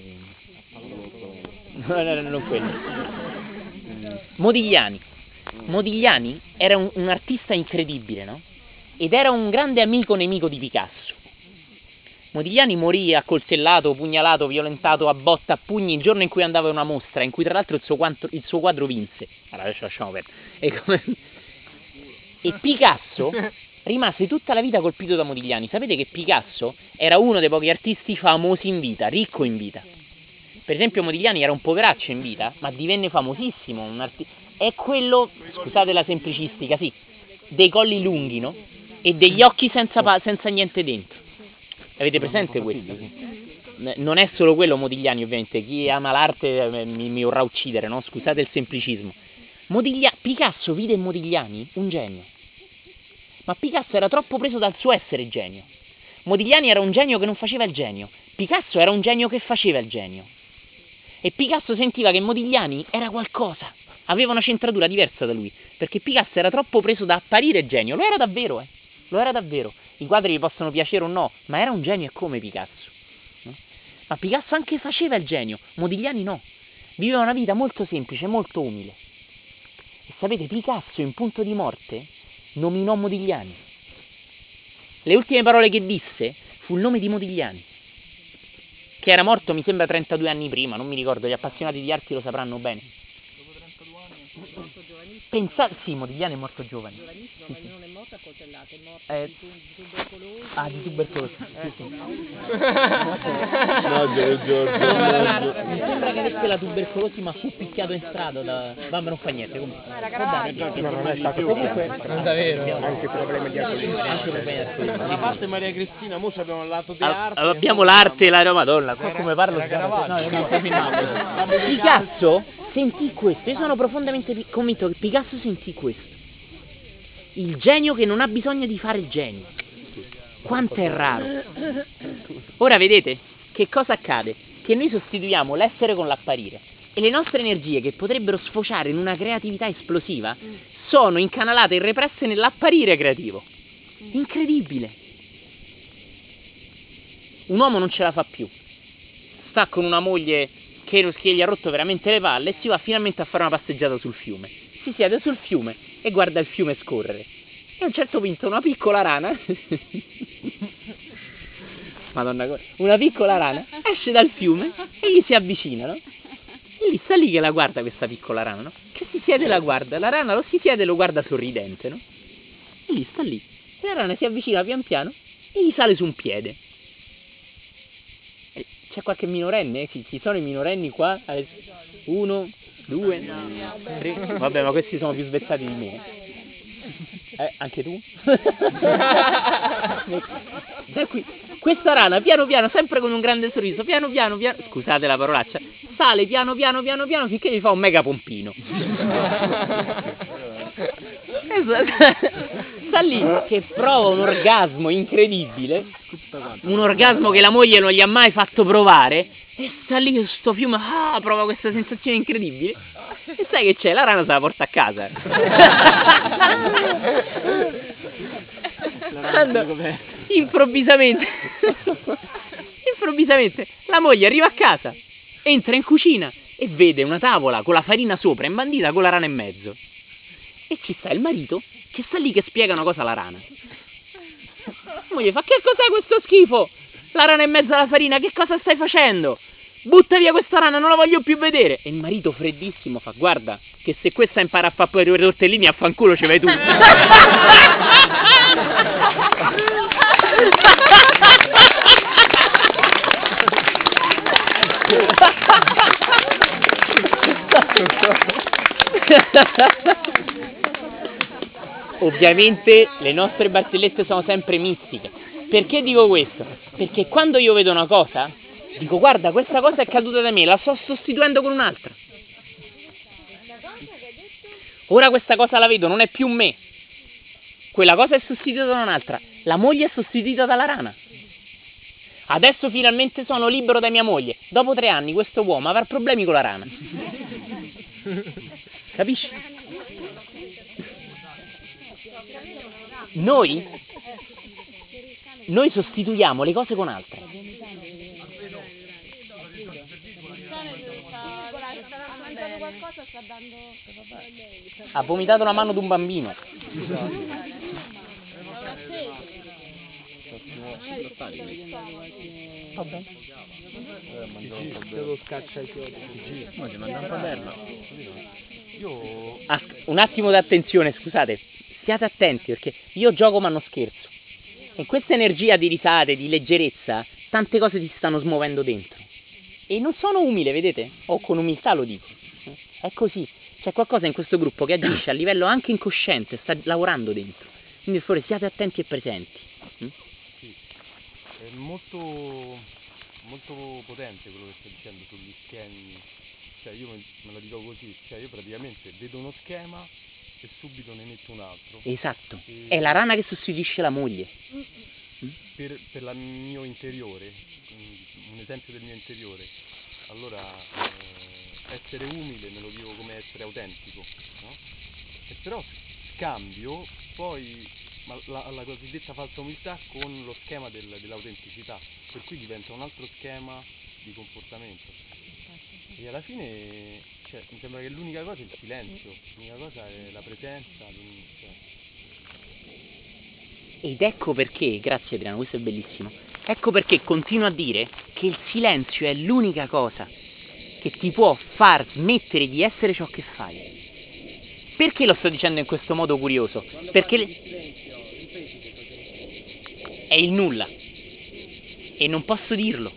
Ehm, no, no, no, non quello. Modigliani. Modigliani era un, un artista incredibile, no? Ed era un grande amico nemico di Picasso. Modigliani morì accoltellato, pugnalato, violentato a botta, a pugni il giorno in cui andava a una mostra, in cui tra l'altro il suo, quanto, il suo quadro vinse. Allora adesso lasciamo perdere. E, come... e Picasso rimase tutta la vita colpito da Modigliani. Sapete che Picasso era uno dei pochi artisti famosi in vita, ricco in vita. Per esempio Modigliani era un poveraccio in vita, ma divenne famosissimo. Un arti... È quello, scusate la semplicistica, sì, dei colli lunghi, no? E degli occhi senza, pa- senza niente dentro. Avete presente questo? Non è solo quello Modigliani, ovviamente. Chi ama l'arte mi, mi vorrà uccidere, no? Scusate il semplicismo. Modiglia... Picasso vide in Modigliani un genio. Ma Picasso era troppo preso dal suo essere genio. Modigliani era un genio che non faceva il genio. Picasso era un genio che faceva il genio. E Picasso sentiva che Modigliani era qualcosa. Aveva una centratura diversa da lui. Perché Picasso era troppo preso da apparire genio. Lo era davvero, eh. Lo era davvero. I quadri vi possono piacere o no, ma era un genio e come Picasso. No? Ma Picasso anche faceva il genio, Modigliani no. Viveva una vita molto semplice, molto umile. E sapete, Picasso in punto di morte nominò Modigliani. Le ultime parole che disse fu il nome di Modigliani, che era morto mi sembra trentadue anni prima, non mi ricordo, gli appassionati di arti lo sapranno bene. Pensate, sì, Modigliani è morto giovane. Giovanissimo, Sì, ma sì. non è morto accoltellato, è morto Eh, di tu- tubercolosi. Ah, di tubercolosi. Sì, sì. No, Giorgio, Giorgio. Mi sembra che avesse la tubercolosi, ma fu picchiato in strada da... Vabbè, non fa niente, comunque. Era Caravaggio. Non davvero. Anche problemi di alcolismo. Anche problemi di alcolismo. A parte Maria Cristina, mo abbiamo il lato di Al- arte. abbiamo l'arte e la Madonna, qua come parlo Era Caravaggio. no, no, Picasso sentì questo, io sono profondamente pi- convinto che Picasso sentì questo. Il genio che non ha bisogno di fare il genio. Quanto è raro. Ora vedete che cosa accade? Che noi sostituiamo l'essere con l'apparire. E le nostre energie che potrebbero sfociare in una creatività esplosiva sono incanalate e represse nell'apparire creativo. Incredibile. Un uomo non ce la fa più. Sta con una moglie che, che gli ha rotto veramente le palle e si va finalmente a fare una passeggiata sul fiume. Si siede sul fiume e guarda il fiume scorrere. E a un certo punto una piccola rana, Madonna, una piccola rana esce dal fiume e gli si avvicina, no? E lì sta lì che la guarda questa piccola rana, no? Che si siede e la guarda, la rana lo si siede e lo guarda sorridente, no? E lì sta lì. E la rana si avvicina pian piano e gli sale su un piede. E c'è qualche minorenne? Ci, ci sono i minorenni qua? Uno, due, tre. Vabbè, ma questi sono più svezzati di me. Eh, anche tu? Da qui, questa rana piano piano, sempre con un grande sorriso, piano piano piano, scusate la parolaccia, sale piano piano piano piano finché gli fa un mega pompino. Sta lì che prova un orgasmo incredibile, un orgasmo che la moglie non gli ha mai fatto provare, e sta lì con sto fiume, ah, prova questa sensazione incredibile. E sai che c'è? La rana se la porta a casa. Quando improvvisamente improvvisamente la moglie arriva a casa, entra in cucina e vede una tavola con la farina sopra imbandita con la rana in mezzo, e ci sta il marito che sta lì che spiega una cosa alla rana. La moglie fa: che cos'è questo schifo? La rana in mezzo alla farina, che cosa stai facendo? Butta via questa rana, non la voglio più vedere. E il marito freddissimo fa: guarda che se questa impara a fare poi i tortellini, a fanculo ci vai tu. Ovviamente le nostre barzellette sono sempre mistiche. Perché dico questo? Perché quando io vedo una cosa dico: guarda, questa cosa è caduta da me, la sto sostituendo con un'altra. Ora questa cosa la vedo, non è più me. Quella cosa è sostituita da un'altra. La moglie è sostituita dalla rana. Adesso finalmente sono libero da mia moglie. Dopo tre anni questo uomo avrà problemi con la rana. Capisci? Noi Noi sostituiamo le cose con altre. Ha vomitato la mano di un bambino. Vabbè. As- un attimo d'attenzione, scusate. Stiate attenti perché io gioco ma non scherzo. E questa energia di risate, di leggerezza, tante cose si stanno smuovendo dentro. E non sono umile, vedete? O con umiltà lo dico. È così. C'è qualcosa in questo gruppo che agisce a livello anche incosciente, sta lavorando dentro. Quindi per favore siate attenti e presenti. Mm? Sì, è molto, molto potente quello che stai dicendo sugli schemi. Cioè io me, me la dico così, cioè io praticamente vedo uno schema e subito ne metto un altro. Esatto. E È la rana che sostituisce la moglie. per, per il mio interiore, un esempio del mio interiore, allora eh, essere umile me lo dico come essere autentico, no? E però scambio poi ma la, la cosiddetta falsa umiltà con lo schema del, dell'autenticità, per cui diventa un altro schema di comportamento. E alla fine cioè, mi sembra che l'unica cosa è il silenzio, l'unica cosa è la presenza. Cioè. Ed ecco perché, grazie Adriano, questo è bellissimo, ecco perché continuo a dire che il silenzio è l'unica cosa che ti può far smettere di essere ciò che fai. Perché lo sto dicendo in questo modo curioso? Perché le... è il nulla e non posso dirlo.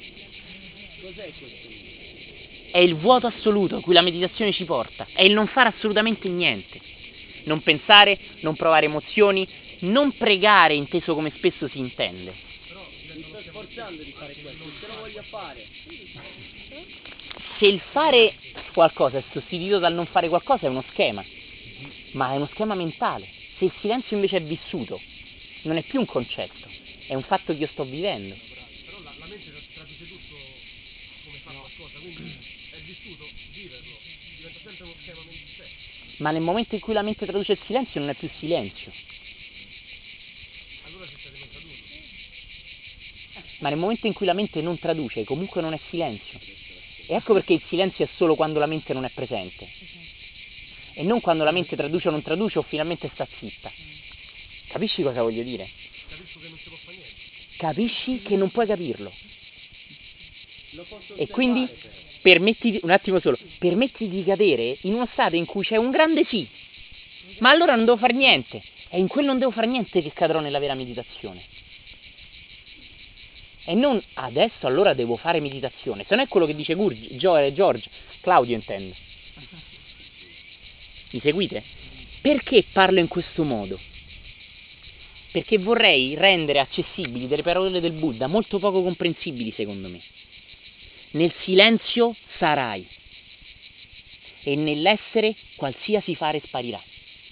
È il vuoto assoluto a cui la meditazione ci porta, è il non fare assolutamente niente, non pensare, non provare emozioni, non pregare inteso come spesso si intende. Però mi sto sforzando di fare questo, se lo voglio fare. Se il fare qualcosa è sostituito dal non fare qualcosa è uno schema, ma è uno schema mentale. Se il silenzio invece è vissuto, non è più un concetto, è un fatto che io sto vivendo. Però la, la mente traduce tutto come fa qualcosa, quindi è vissuto, viverlo, diventa sempre uno schema mentale. Ma nel momento in cui la mente traduce il silenzio non è più silenzio. Allora si sta non tradurlo. Ma nel momento in cui la mente non traduce, comunque non è silenzio. E ecco perché il silenzio è solo quando la mente non è presente. E non quando la mente traduce o non traduce o finalmente sta zitta. Capisci cosa voglio dire? Capisco che non si può fare niente. Capisci che non puoi capirlo. Lo posso E quindi permettiti, un attimo solo, permettiti di cadere in uno stato in cui c'è un grande sì. Ma allora non devo fare niente. E in quello non devo fare niente che cadrò nella vera meditazione. E non adesso allora devo fare meditazione. Se non è quello che dice Gurgi, Gio- Giorgio, Claudio intendo. Mi seguite? Perché parlo in questo modo? Perché vorrei rendere accessibili delle parole del Buddha molto poco comprensibili secondo me. Nel silenzio sarai e nell'essere qualsiasi fare sparirà.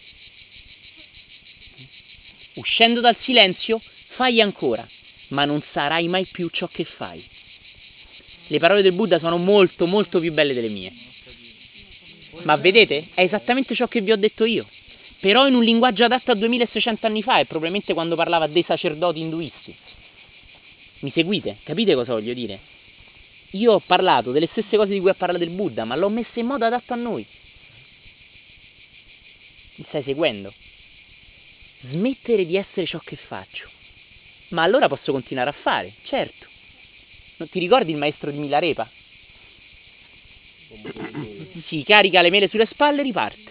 Uscendo dal silenzio fai ancora, ma non sarai mai più ciò che fai. Le parole del Buddha sono molto molto più belle delle mie. Ma vedete? È esattamente ciò che vi ho detto io. Però in un linguaggio adatto a duemilaseicento anni fa e probabilmente quando parlava dei sacerdoti induisti. Mi seguite? Capite cosa voglio dire? Io ho parlato delle stesse cose di cui ha parlato il Buddha, ma l'ho messa in modo adatto a noi. Mi stai seguendo? Smettere di essere ciò che faccio. Ma allora posso continuare a fare, certo. Non ti ricordi il maestro di Milarepa? Si carica le mele sulle spalle e riparte.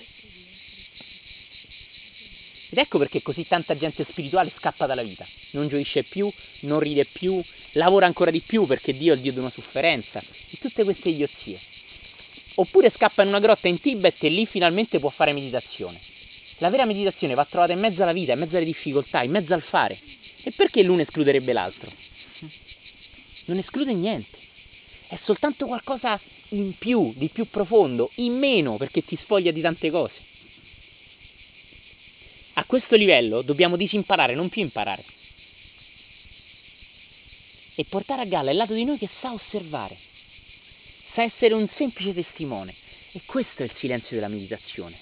Ed ecco perché così tanta gente spirituale scappa dalla vita. Non gioisce più, non ride più, lavora ancora di più perché Dio è il Dio di una sofferenza. E tutte queste idiozie. Oppure scappa in una grotta in Tibet e lì finalmente può fare meditazione. La vera meditazione va trovata in mezzo alla vita, in mezzo alle difficoltà, in mezzo al fare. E perché l'uno escluderebbe l'altro? Non esclude niente. È soltanto qualcosa in più, di più profondo, in meno, perché ti spoglia di tante cose. A questo livello dobbiamo disimparare, non più imparare. E portare a galla il lato di noi che sa osservare, sa essere un semplice testimone. E questo è il silenzio della meditazione.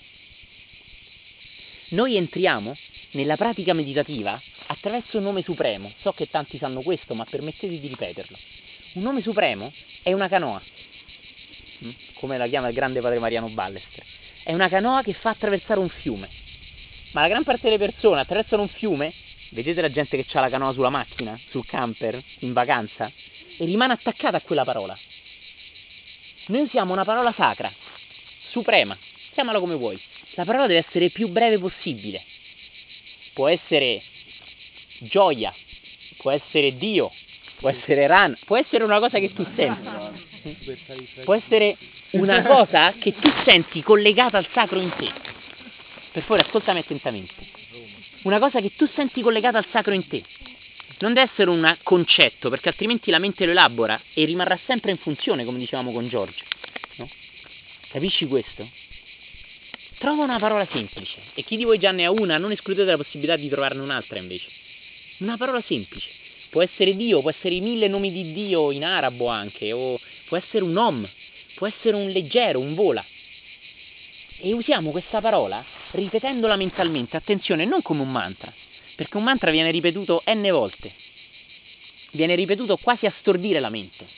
Noi entriamo nella pratica meditativa attraverso un nome supremo. So che tanti sanno questo, ma permettete di ripeterlo. Un nome supremo è una canoa, come la chiama il grande padre Mariano Ballester. È una canoa che fa attraversare un fiume. Ma la gran parte delle persone attraversano un fiume, vedete la gente che ha la canoa sulla macchina, sul camper, in vacanza, e rimane attaccata a quella parola. Noi usiamo una parola sacra, suprema, chiamala come vuoi. La parola deve essere il più breve possibile. Può essere gioia, può essere Dio, può essere Ran, può essere una cosa che tu senti. Può essere una cosa che tu senti collegata al sacro in te. Per favore, ascoltami attentamente. Una cosa che tu senti collegata al sacro in te. Non deve essere un concetto, perché altrimenti la mente lo elabora e rimarrà sempre in funzione, come dicevamo con Giorgio. No? Capisci questo? Trova una parola semplice. E chi di voi già ne ha una, non escludete la possibilità di trovarne un'altra invece. Una parola semplice. Può essere Dio, può essere i mille nomi di Dio in arabo anche, o può essere un Om, può essere un leggero, un vola. E usiamo questa parola ripetendola mentalmente, attenzione, non come un mantra, perché un mantra viene ripetuto n volte, viene ripetuto quasi a stordire la mente.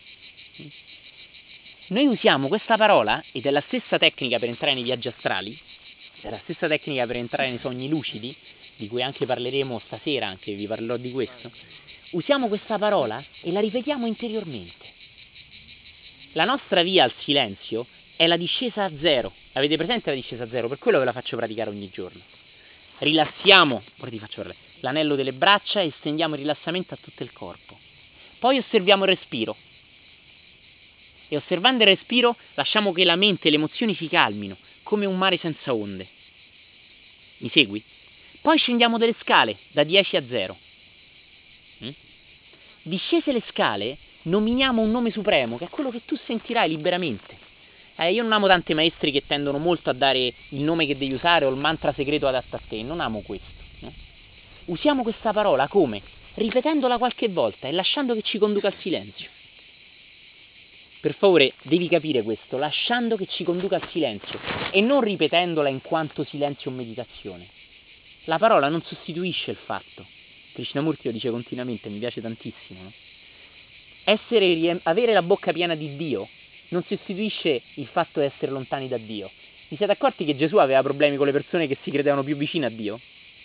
Noi usiamo questa parola, ed è la stessa tecnica per entrare nei viaggi astrali, è la stessa tecnica per entrare nei sogni lucidi, di cui anche parleremo stasera, anche vi parlerò di questo. Usiamo questa parola e la ripetiamo interiormente. La nostra via al silenzio è la discesa a zero. Avete presente la discesa a zero? Per quello ve la faccio praticare ogni giorno. Rilassiamo, ora ti faccio parlare, l'anello delle braccia e estendiamo il rilassamento a tutto il corpo. Poi osserviamo il respiro. E osservando il respiro lasciamo che la mente e le emozioni si calmino, come un mare senza onde. Mi segui? Poi scendiamo delle scale, da dieci a zero. Mm? Discese le scale, nominiamo un nome supremo, che è quello che tu sentirai liberamente. Eh, io non amo tanti maestri che tendono molto a dare il nome che devi usare o il mantra segreto adatto a te, non amo questo. No? Usiamo questa parola come? Ripetendola qualche volta e lasciando che ci conduca al silenzio. Per favore, devi capire questo, lasciando che ci conduca al silenzio e non ripetendola in quanto silenzio o meditazione. La parola non sostituisce il fatto. Krishnamurti lo dice continuamente, mi piace tantissimo. No? Essere, avere la bocca piena di Dio non sostituisce il fatto di essere lontani da Dio. Vi siete accorti che Gesù aveva problemi con le persone che si credevano più vicine a Dio?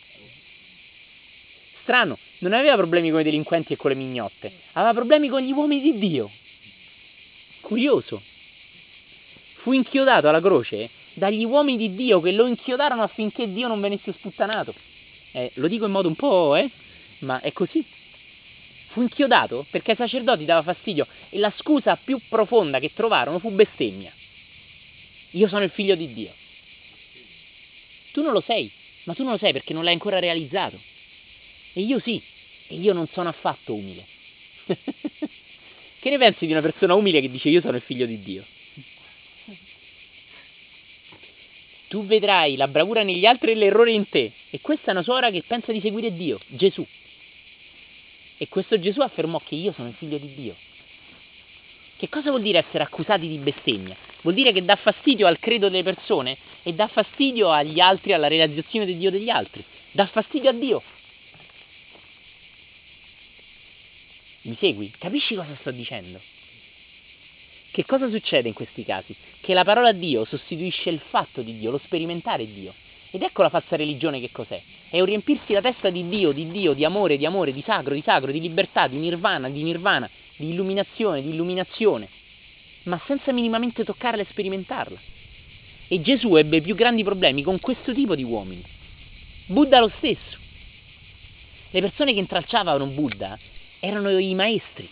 Strano, non aveva problemi con i delinquenti e con le mignotte, aveva problemi con gli uomini di Dio. Curioso. Fu inchiodato alla croce dagli uomini di Dio che lo inchiodarono affinché Dio non venisse sputtanato. Eh, lo dico in modo un po', eh, ma è così. Fu inchiodato perché ai sacerdoti dava fastidio e la scusa più profonda che trovarono fu bestemmia. Io sono il figlio di Dio. Tu non lo sei, ma tu non lo sei perché non l'hai ancora realizzato. E io sì, e io non sono affatto umile. Che ne pensi di una persona umile che dice io sono il figlio di Dio? Tu vedrai la bravura negli altri e l'errore in te. E questa è una suora che pensa di seguire Dio, Gesù. E questo Gesù affermò che io sono il figlio di Dio. Che cosa vuol dire essere accusati di bestemmia? Vuol dire che dà fastidio al credo delle persone e dà fastidio agli altri, alla realizzazione del Dio degli altri. Dà fastidio a Dio. Mi segui? Capisci cosa sto dicendo? Che cosa succede in questi casi? Che la parola Dio sostituisce il fatto di Dio, lo sperimentare Dio. Ed ecco la falsa religione che cos'è? È un riempirsi la testa di Dio, di Dio, di amore, di amore, di sacro, di sacro, di libertà, di nirvana, di nirvana, di illuminazione, di illuminazione, ma senza minimamente toccarla e sperimentarla. E Gesù ebbe i più grandi problemi con questo tipo di uomini. Buddha lo stesso. Le persone che intralciavano Buddha erano i maestri,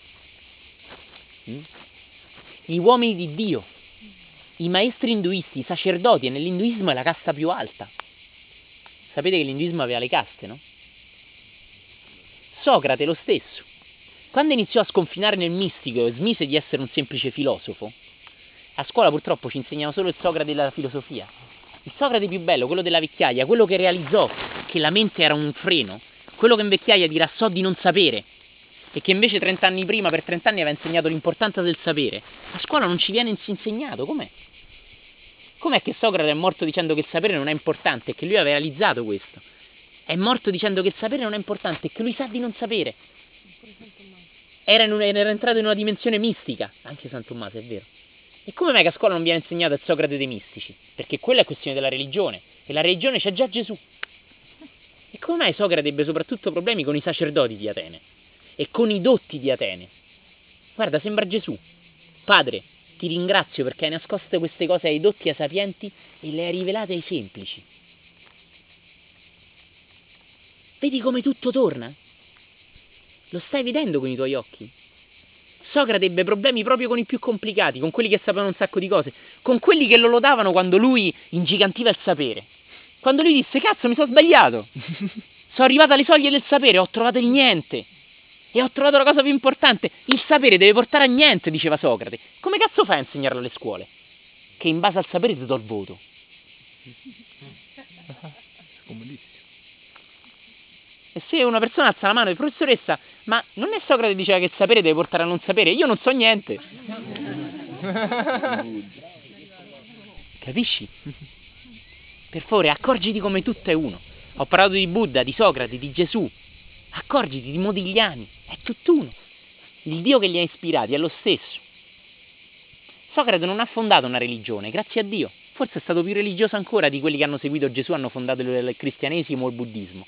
gli uomini di Dio, i maestri induisti, i sacerdoti, e nell'induismo è la casta più alta. Sapete che l'induismo aveva le caste, no? Socrate lo stesso. Quando iniziò a sconfinare nel mistico e smise di essere un semplice filosofo, a scuola purtroppo ci insegnano solo il Socrate della filosofia. Il Socrate più bello, quello della vecchiaia, quello che realizzò che la mente era un freno, quello che in vecchiaia dirà so di non sapere, e che invece trent'anni prima, per trent'anni, aveva insegnato l'importanza del sapere. A scuola non ci viene insegnato, com'è? Com'è che Socrate è morto dicendo che il sapere non è importante e che lui aveva realizzato questo? È morto dicendo che il sapere non è importante e che lui sa di non sapere. Era, in un, era entrato in una dimensione mistica, anche San Tommaso, è vero. E come mai che a scuola non viene insegnato il Socrate dei mistici? Perché quella è questione della religione, e la religione c'è già Gesù. E come mai Socrate ebbe soprattutto problemi con i sacerdoti di Atene e con i dotti di Atene? Guarda, sembra Gesù. Padre, ti ringrazio perché hai nascosto queste cose ai dotti e ai sapienti e le hai rivelate ai semplici. Vedi come tutto torna? Lo stai vedendo con i tuoi occhi? Socrate ebbe problemi proprio con i più complicati, con quelli che sapevano un sacco di cose, con quelli che lo lodavano quando lui ingigantiva il sapere. Quando lui disse, cazzo, mi sono sbagliato. Sono arrivato alle soglie del sapere, ho trovato il niente. E ho trovato la cosa più importante. Il sapere deve portare a niente, diceva Socrate. Come cazzo fai a insegnarlo alle scuole? Che in base al sapere ti do il voto. Scomodissimo. E se una persona alza la mano e professoressa, ma non è Socrate che diceva che il sapere deve portare a non sapere? Io non so niente. Capisci? Per favore, accorgiti come tutto è uno. Ho parlato di Buddha, di Socrate, di Gesù. Accorgiti di Modigliani, è tutt'uno. Il Dio che li ha ispirati è lo stesso. Socrate non ha fondato una religione, grazie a Dio. Forse è stato più religioso ancora di quelli che hanno seguito Gesù, hanno fondato il cristianesimo o il buddismo.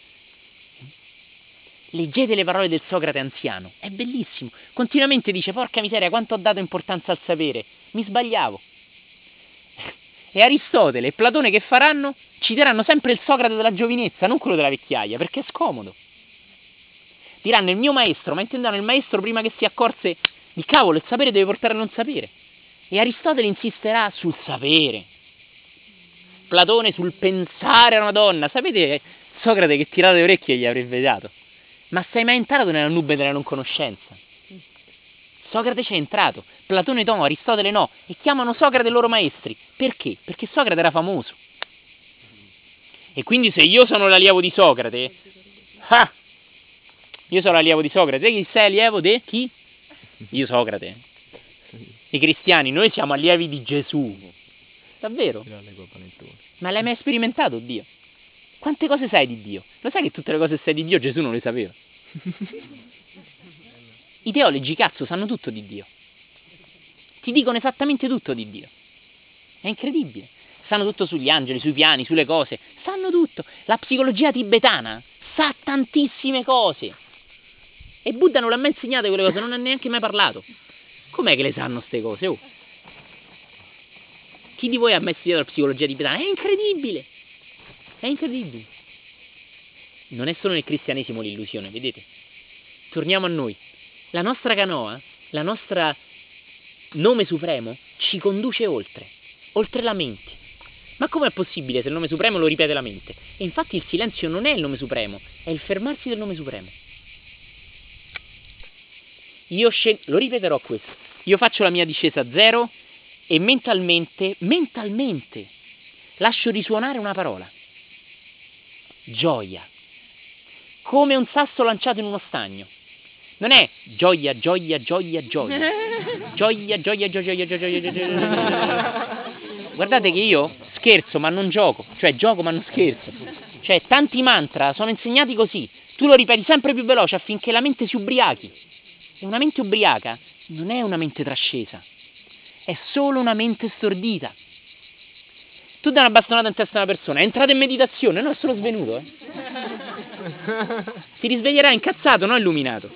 Leggete le parole del Socrate anziano, è bellissimo. Continuamente dice, porca miseria, quanto ho dato importanza al sapere. Mi sbagliavo. E Aristotele e Platone che faranno? Citeranno sempre il Socrate della giovinezza, non quello della vecchiaia, perché è scomodo. Diranno il mio maestro, ma intendano il maestro prima che si accorse di cavolo, il sapere deve portare a non sapere. E Aristotele insisterà sul sapere. Platone sul pensare a una donna. Sapete Socrate che tirate le orecchie gli avrebbe dato? Ma sei mai entrato nella nube della non conoscenza? Socrate c'è entrato, Platone no, Aristotele no, e chiamano Socrate loro maestri. Perché? Perché Socrate era famoso. E quindi se io sono l'allievo di Socrate, ah, io sono l'allievo di Socrate, te chi sei allievo di chi? Io Socrate. I cristiani, noi siamo allievi di Gesù. Davvero? Ma l'hai mai sperimentato Dio? Quante cose sai di Dio? Lo sai che tutte le cose sai di Dio Gesù non le sapeva? I teologi, cazzo, sanno tutto di Dio. Ti dicono esattamente tutto di Dio. È incredibile. Sanno tutto sugli angeli, sui piani, sulle cose. Sanno tutto. La psicologia tibetana sa tantissime cose. E Buddha non l'ha mai insegnate quelle cose, non ha neanche mai parlato. Com'è che le sanno ste cose? Oh. Chi di voi ha mai studiato la psicologia tibetana? È incredibile. È incredibile. non è solo nel cristianesimo l'illusione, vedete? Torniamo a noi. La nostra canoa, la nostra nome supremo, ci conduce oltre, oltre la mente. Ma com'è possibile se il nome supremo lo ripete la mente? E infatti il silenzio non è il nome supremo, è il fermarsi del nome supremo. Io scendo, lo ripeterò questo, io faccio la mia discesa a zero e mentalmente, mentalmente, lascio risuonare una parola. Gioia. Come un sasso lanciato in uno stagno. Non è gioia, gioia, gioia, gioia. Gioia, gioia, gioia, gioia, gioia, gioia, gioia. Guardate che io scherzo ma non gioco, cioè gioco ma non scherzo. Cioè tanti mantra sono insegnati così. Tu lo ripeti sempre più veloce affinché la mente si ubriachi. E una mente ubriaca non è una mente trascesa, è solo una mente stordita. Tu dai una bastonata in testa a una persona, è entrato in meditazione, no, è solo svenuto, eh. Si risveglierà incazzato, non illuminato.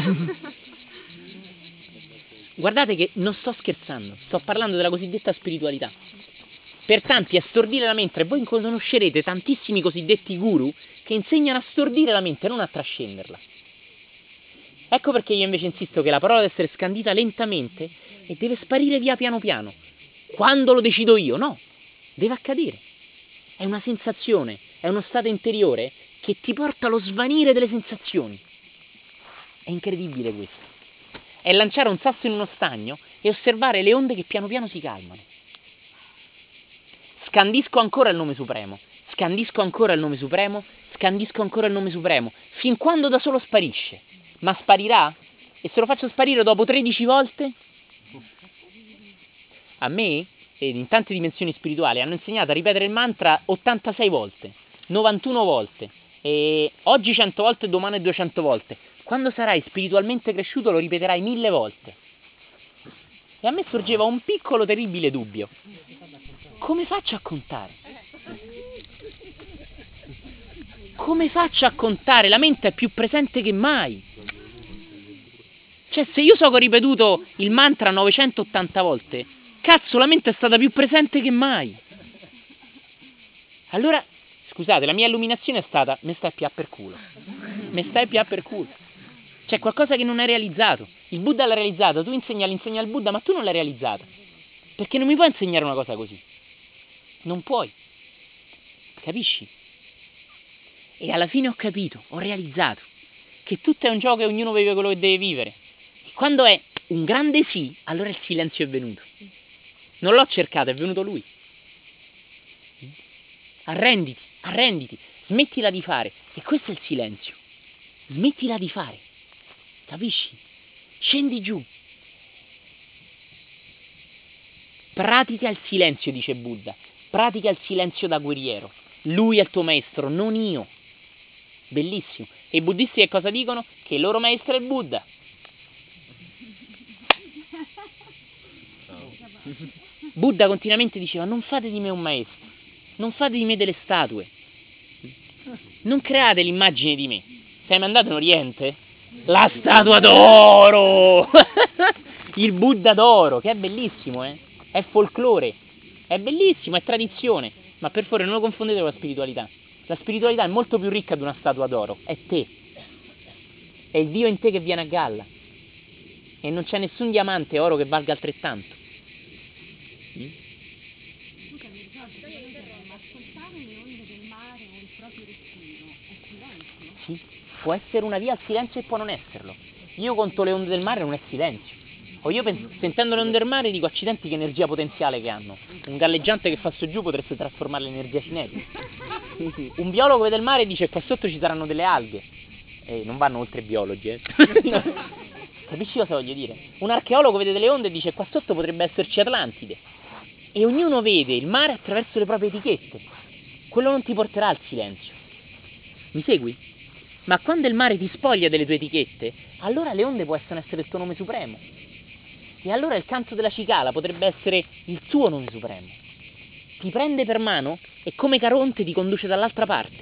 Guardate che non sto scherzando, sto parlando della cosiddetta spiritualità. Per tanti è stordire la mente, e voi conoscerete tantissimi cosiddetti guru che insegnano a stordire la mente, non a trascenderla. Ecco perché io invece insisto che la parola deve essere scandita lentamente e deve sparire via piano piano. Quando lo decido io, no, deve accadere. È una sensazione, è uno stato interiore che ti porta allo svanire delle sensazioni. È incredibile questo. È lanciare un sasso in uno stagno e osservare le onde che piano piano si calmano. Scandisco ancora il nome supremo, scandisco ancora il nome supremo, scandisco ancora il nome supremo, fin quando da solo sparisce. Ma sparirà? E se lo faccio sparire dopo tredici volte? A me, in tante dimensioni spirituali, hanno insegnato a ripetere il mantra ottantasei volte, novantuno volte, e oggi cento volte e domani duecento volte. Quando sarai spiritualmente cresciuto lo ripeterai mille volte. E a me sorgeva un piccolo terribile dubbio. Come faccio a contare? Come faccio a contare? La mente è più presente che mai. Cioè, se io so che ho ripetuto il mantra novecentottanta volte, cazzo, la mente è stata più presente che mai. Allora, scusate, la mia illuminazione è stata, me stai più per culo. Me stai più per culo. C'è qualcosa che non è realizzato. Il Buddha l'ha realizzato, tu insegni l'insegna al Buddha, ma tu non l'hai realizzata. Perché non mi puoi insegnare una cosa così. Non puoi. Capisci? E alla fine ho capito, ho realizzato che tutto è un gioco e ognuno vive quello che deve vivere. E quando è un grande sì, allora il silenzio è venuto. Non l'ho cercato, è venuto lui. Arrenditi, arrenditi, smettila di fare. E questo è il silenzio. Smettila di fare. Capisci? Scendi giù. Pratica il silenzio, dice Buddha. Pratica il silenzio da guerriero. Lui è il tuo maestro, non io. Bellissimo. E i buddisti che cosa dicono? Che il loro maestro è il Buddha. Buddha continuamente diceva: non fate di me un maestro, non fate di me delle statue, non create l'immagine di me. Sei mai andato in Oriente? La statua d'oro! Il Buddha d'oro, che è bellissimo, eh? È folklore, è bellissimo, è tradizione, ma per favore non lo confondete con la spiritualità. La spiritualità è molto più ricca di una statua d'oro, è te, è il Dio in te che viene a galla, e non c'è nessun diamante oro che valga altrettanto. Mm? Sì, può essere una via al silenzio e può non esserlo. Io conto le onde del mare, non è silenzio. O io penso, sentendo le onde del mare dico: accidenti che energia potenziale che hanno. Un galleggiante che fa su giù potreste trasformarla in energia cinetica. Un biologo vede il mare e dice: qua sotto ci saranno delle alghe. E non vanno oltre i biologi, eh. No. Capisci cosa voglio dire? Un archeologo vede delle onde e dice: qua sotto potrebbe esserci Atlantide. E ognuno vede il mare attraverso le proprie etichette. Quello non ti porterà al silenzio. Mi segui? Ma quando il mare ti spoglia delle tue etichette, allora le onde possono essere il tuo nome supremo. E allora il canto della cicala potrebbe essere il tuo nome supremo. Ti prende per mano e come Caronte ti conduce dall'altra parte.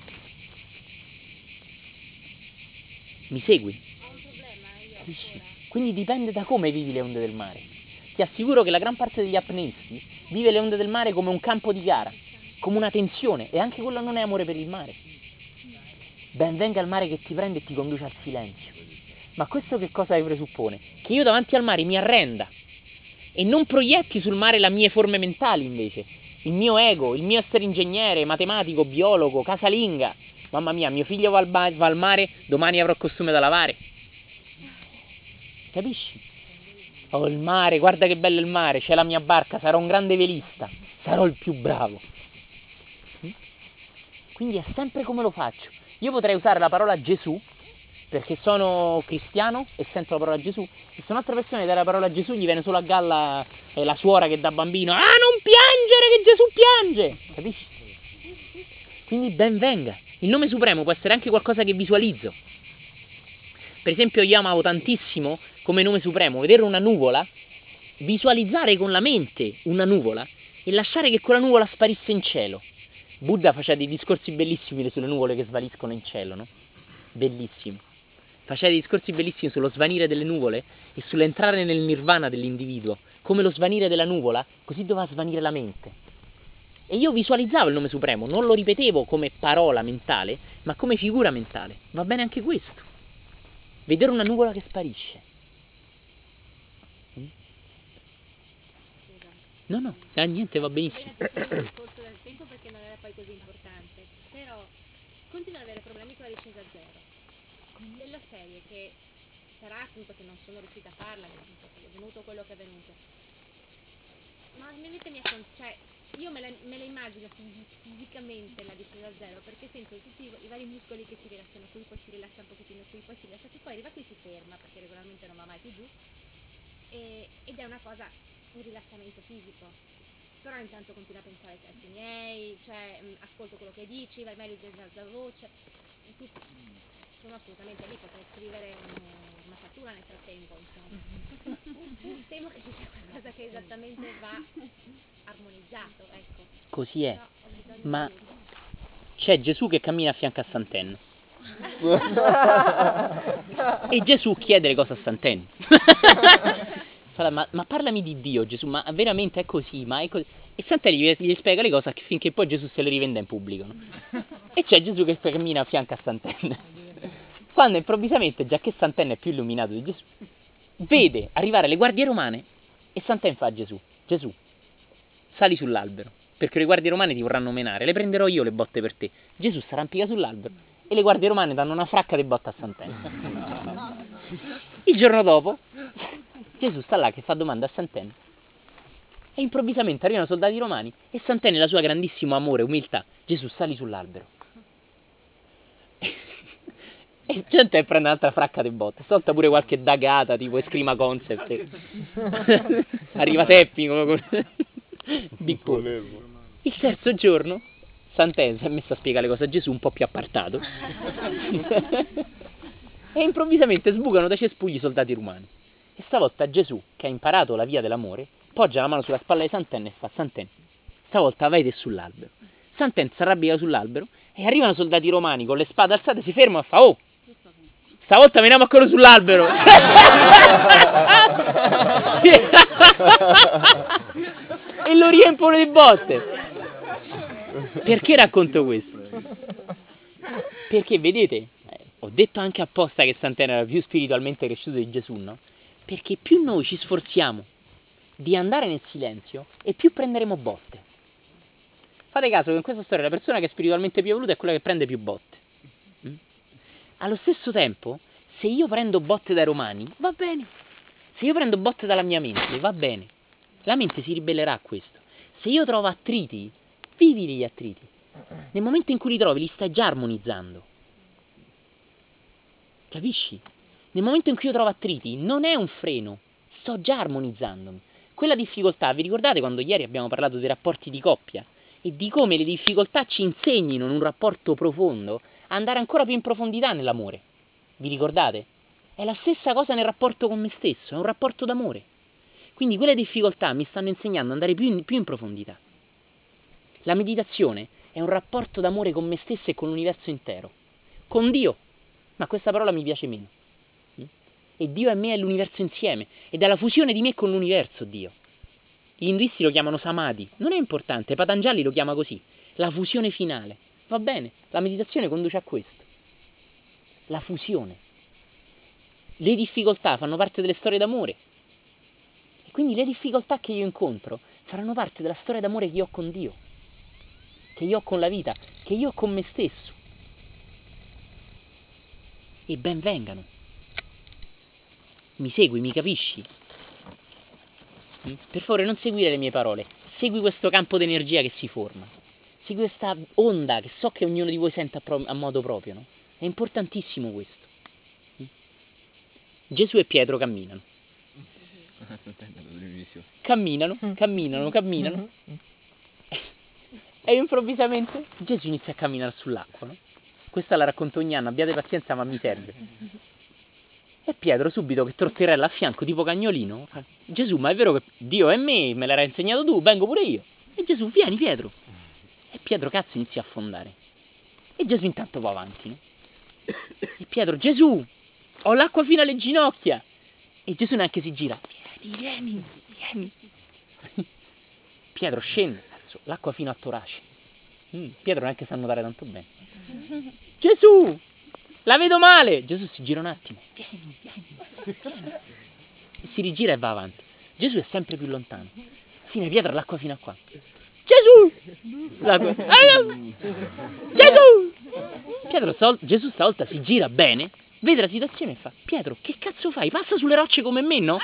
Mi segui? Capisci? Quindi dipende da come vivi le onde del mare. Ti assicuro che la gran parte degli apneisti vive le onde del mare come un campo di gara, come una tensione, e anche quello non è amore per il mare. Ben venga il mare che ti prende e ti conduce al silenzio. Ma questo che cosa presuppone? Che io davanti al mare mi arrenda e non proietti sul mare le mie forme mentali invece, il mio ego, il mio essere ingegnere, matematico, biologo, casalinga. Mamma mia, mio figlio va al, ba- va al mare, domani avrò costume da lavare. Capisci? Oh, il mare, guarda che bello il mare, c'è la mia barca, sarò un grande velista, sarò il più bravo. Quindi è sempre come lo faccio. Io potrei usare la parola Gesù, perché sono cristiano e sento la parola Gesù, e se un'altra persona dà la parola Gesù gli viene solo a galla eh, la suora che da bambino, ah, non piangere che Gesù piange, capisci? Quindi ben venga. Il nome supremo può essere anche qualcosa che visualizzo. Per esempio io amavo tantissimo come nome supremo vedere una nuvola, visualizzare con la mente una nuvola e lasciare che quella nuvola sparisse in cielo. Buddha faceva dei discorsi bellissimi sulle nuvole che svaliscono in cielo, no? Bellissimo. Faceva dei discorsi bellissimi sullo svanire delle nuvole e sull'entrare nel nirvana dell'individuo. Come lo svanire della nuvola, così doveva svanire la mente. E io visualizzavo il nome supremo, non lo ripetevo come parola mentale, ma come figura mentale. Va bene anche questo. Vedere una nuvola che sparisce. No, no, ah, niente, va benissimo. Nel corso del tempo perché non era poi così importante, però continuo ad avere problemi con la discesa a zero. Nella serie che sarà appunto che non sono riuscita a farla, che è venuto quello che è venuto. Ma ovviamente mi è con- cioè, io me la, me la immagino fisi- fisicamente la discesa a zero perché sento tutti i, i vari muscoli che si rilassano qui, poi si rilassa un pochettino qui, poi si rilassa qui, poi arriva qui si ferma perché regolarmente non va mai più giù e, ed è una cosa, un rilassamento fisico. Però intanto continuo a pensare ai testi miei, cioè mh, ascolto quello che dici, vai meglio da voce, tutto. Sono assolutamente lì, potrei scrivere un- una fattura nel frattempo, insomma. Temo che ci sia qualcosa che esattamente va armonizzato, ecco. Così è. Però ho bisogno Ma di aiuto. c'è Gesù che cammina a fianco a Sant'Enno. E Gesù chiede le cose a Sant'Enno. Fa, ma, ma parlami di Dio, Gesù, ma veramente è così, ma è così. E Sant'Enno gli, gli spiega le cose finché poi Gesù se le rivende in pubblico, no? E c'è Gesù che cammina a fianco a Sant'Enno. Quando improvvisamente, già che Sant'Enno è più illuminato di Gesù, vede arrivare le guardie romane e Sant'Enno fa a Gesù: Gesù, sali sull'albero, perché le guardie romane ti vorranno menare, le prenderò io le botte per te. Gesù si arrampica sull'albero e le guardie romane danno una fracca di botte a Sant'Enno. Il giorno dopo Gesù sta là che fa domanda a Sant'Enno e improvvisamente arrivano soldati romani e Sant'Enno, nella sua grandissimo amore, umiltà: Gesù, sali sull'albero. E gente prende un'altra fracca di botte, stavolta pure qualche dagata tipo Escrima Concept. Arriva Tecnico con Big Paul. Il terzo giorno Sant'Enno si è messo a spiegare le cose a Gesù un po' più appartato e improvvisamente sbucano dai cespugli i soldati romani e stavolta Gesù, che ha imparato la via dell'amore, poggia la mano sulla spalla di Sant'Enno e fa: Sant'Enno, stavolta vai te sull'albero. Sant'Enno si arrabbia sull'albero e arrivano soldati romani con le spade alzate, si fermano e fa: oh, stavolta veniamo a quello sull'albero. E lo riempiono di botte. Perché racconto questo? Perché vedete, eh, ho detto anche apposta che Sant'Enno era più spiritualmente cresciuto di Gesù, no? Perché più noi ci sforziamo di andare nel silenzio e più prenderemo botte. Fate caso che in questa storia la persona che è spiritualmente più evoluta è quella che prende più botte. Mm? Allo stesso tempo, se io prendo botte dai romani, va bene. Se io prendo botte dalla mia mente, va bene. La mente si ribellerà a questo. Se io trovo attriti, vivili gli attriti. Nel momento in cui li trovi, li stai già armonizzando. Capisci? Nel momento in cui io trovo attriti, non è un freno, sto già armonizzandomi. Quella difficoltà, vi ricordate quando ieri abbiamo parlato dei rapporti di coppia? E di come le difficoltà ci insegnino in un rapporto profondo a andare ancora più in profondità nell'amore. Vi ricordate? È la stessa cosa nel rapporto con me stesso, è un rapporto d'amore. Quindi quelle difficoltà mi stanno insegnando ad andare più in, più in profondità. La meditazione è un rapporto d'amore con me stesso e con l'universo intero. Con Dio. Ma questa parola mi piace meno. E Dio e me è l'universo insieme. Ed è la fusione di me con l'universo, Dio. Gli induisti lo chiamano samadhi. Non è importante, Patanjali lo chiama così. La fusione finale. Va bene, la meditazione conduce a questo. la fusione. Le difficoltà fanno parte delle storie d'amore. E quindi le difficoltà che io incontro faranno parte della storia d'amore che io ho con Dio, che io ho con la vita, che io ho con me stesso. E ben vengano. Mi segui, mi capisci? Per favore non seguire le mie parole, segui questo campo d'energia che si forma, segui questa onda che so che ognuno di voi sente a, pro- a modo proprio, no? È importantissimo questo. Gesù e Pietro camminano. Camminano, camminano, camminano. E improvvisamente Gesù inizia a camminare sull'acqua, no? Questa la racconto ogni anno, abbiate pazienza ma mi serve. E Pietro subito che trotterella a fianco tipo cagnolino fa: Gesù, ma è vero che Dio è me, me l'hai insegnato tu, vengo pure io. E Gesù, vieni Pietro. E Pietro cazzo inizia a affondare. E Gesù intanto va avanti, no? E Pietro, Gesù, ho l'acqua fino alle ginocchia. E Gesù neanche si gira. Vieni, vieni, vieni. Pietro scende, cazzo, l'acqua fino a torace. Mm, Pietro neanche sa nuotare tanto bene. Gesù, la vedo male. Gesù si gira un attimo. Vieni, vieni, vieni. E si rigira e va avanti. Gesù è sempre più lontano. Fine Pietro l'acqua fino a qua. Gesù! L'acqua. Gesù! Pietro, sol- Gesù stavolta si gira bene, vede la situazione e fa: Pietro, che cazzo fai? Passa sulle rocce come me, no?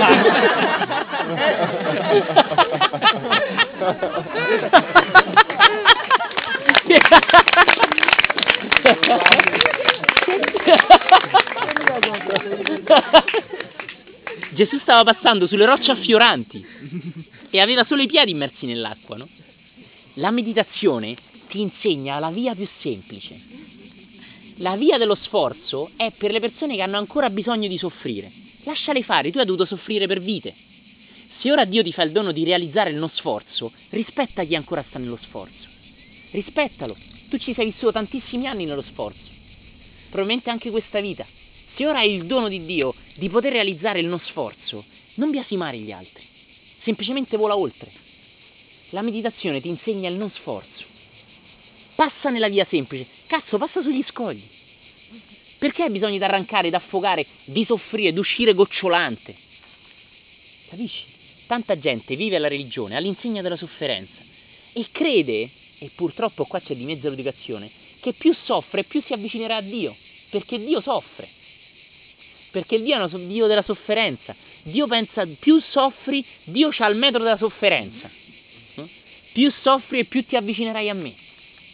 Gesù stava passando sulle rocce affioranti e aveva solo i piedi immersi nell'acqua, no? La meditazione ti insegna la via più semplice. La via dello sforzo è per le persone che hanno ancora bisogno di soffrire. Lasciale fare, tu hai dovuto soffrire per vite. Se ora Dio ti fa il dono di realizzare il non sforzo, rispetta chi ancora sta nello sforzo. Rispettalo. Tu ci sei vissuto tantissimi anni nello sforzo. Probabilmente anche questa vita. Se ora hai il dono di Dio di poter realizzare il non sforzo, non biasimare gli altri. Semplicemente vola oltre. La meditazione ti insegna il non sforzo. Passa nella via semplice. Cazzo, passa sugli scogli. Perché hai bisogno di arrancare, di affogare, di soffrire, di uscire gocciolante? Capisci? Tanta gente vive la religione all'insegna della sofferenza e crede, e purtroppo qua c'è di mezzo l'educazione, che più soffre più si avvicinerà a Dio, perché Dio soffre. Perché Dio è un Dio della sofferenza. Dio pensa, più soffri, Dio c'ha il metro della sofferenza. Più soffri e più ti avvicinerai a me.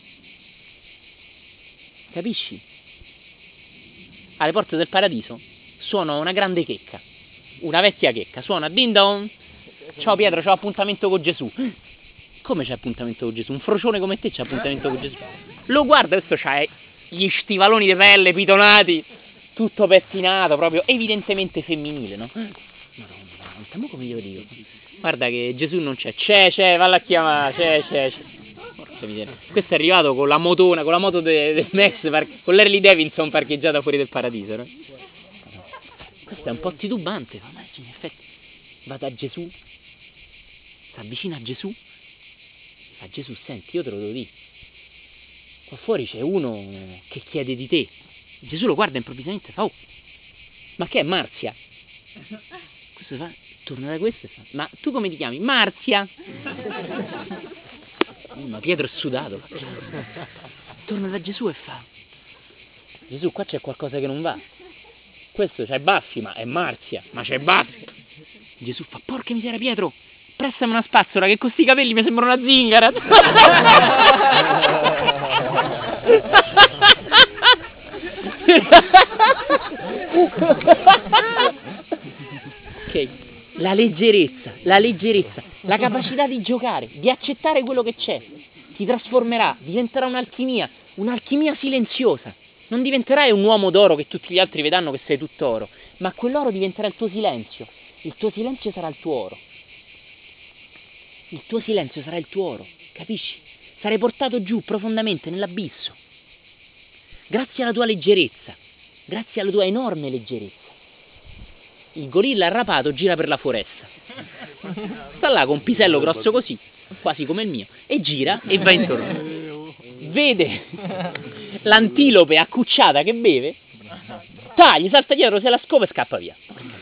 Capisci? Alle porte del paradiso suona una grande checca, una vecchia checca, suona din don. Ciao Pietro, c'ho appuntamento con Gesù. Come c'è appuntamento con Gesù? Un frocione come te c'ha appuntamento con Gesù. Lo guarda, questo c'ha gli stivaloni di pelle pitonati, tutto pettinato, proprio evidentemente femminile, no? Madonna, ma come glielo dico? Guarda che Gesù non c'è, c'è, c'è, valla a chiamare, c'è, c'è, c'è. Porca miseria. Questo è arrivato con la motona, con la moto del de Max, par- con l'Harley Davidson parcheggiata fuori del paradiso, no? Questo è un po' titubante, ma in effetti va da Gesù, si avvicina a Gesù, fa: Gesù, senti, io te lo devo dire, qua fuori c'è uno che chiede di te. Gesù lo guarda improvvisamente e fa: oh, ma che è Marzia? Questo fa, torna da questo e fa: ma tu come ti chiami? Marzia. Ma Pietro è sudato, torna da Gesù e fa: Gesù, qua c'è qualcosa che non va. Questo c'ha i baffi, ma è Marzia, ma c'ha i baffi. Gesù fa: porca miseria Pietro, prestami una spazzola che con sti capelli mi sembra una zingara. Ok, la leggerezza, la leggerezza, la capacità di giocare, di accettare quello che c'è, ti trasformerà, diventerà un'alchimia, un'alchimia silenziosa. Non diventerai un uomo d'oro che tutti gli altri vedranno che sei tutto oro, ma quell'oro diventerà il tuo silenzio. Il tuo silenzio sarà il tuo oro. Il tuo silenzio sarà il tuo oro, capisci? Sarai portato giù profondamente nell'abisso. Grazie alla tua leggerezza, grazie alla tua enorme leggerezza. Il gorilla arrapato gira per la foresta. Sta là con un pisello grosso così, quasi come il mio, e gira e va intorno. Vede l'antilope accucciata che beve ta, gli salta dietro, se la scopa e scappa via.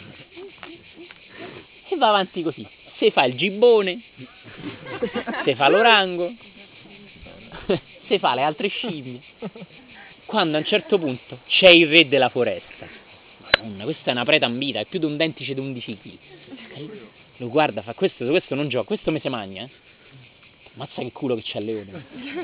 E va avanti così. Se fa il gibbone, se fa l'orango, se fa le altre scimmie. Quando a un certo punto c'è il re della foresta. Madonna, questa è una preda ambita, è più di un dentice di undici chili. Lo guarda, fa questo, questo non gioca, questo me se magna, eh. Mazza che culo che c'ha il leone.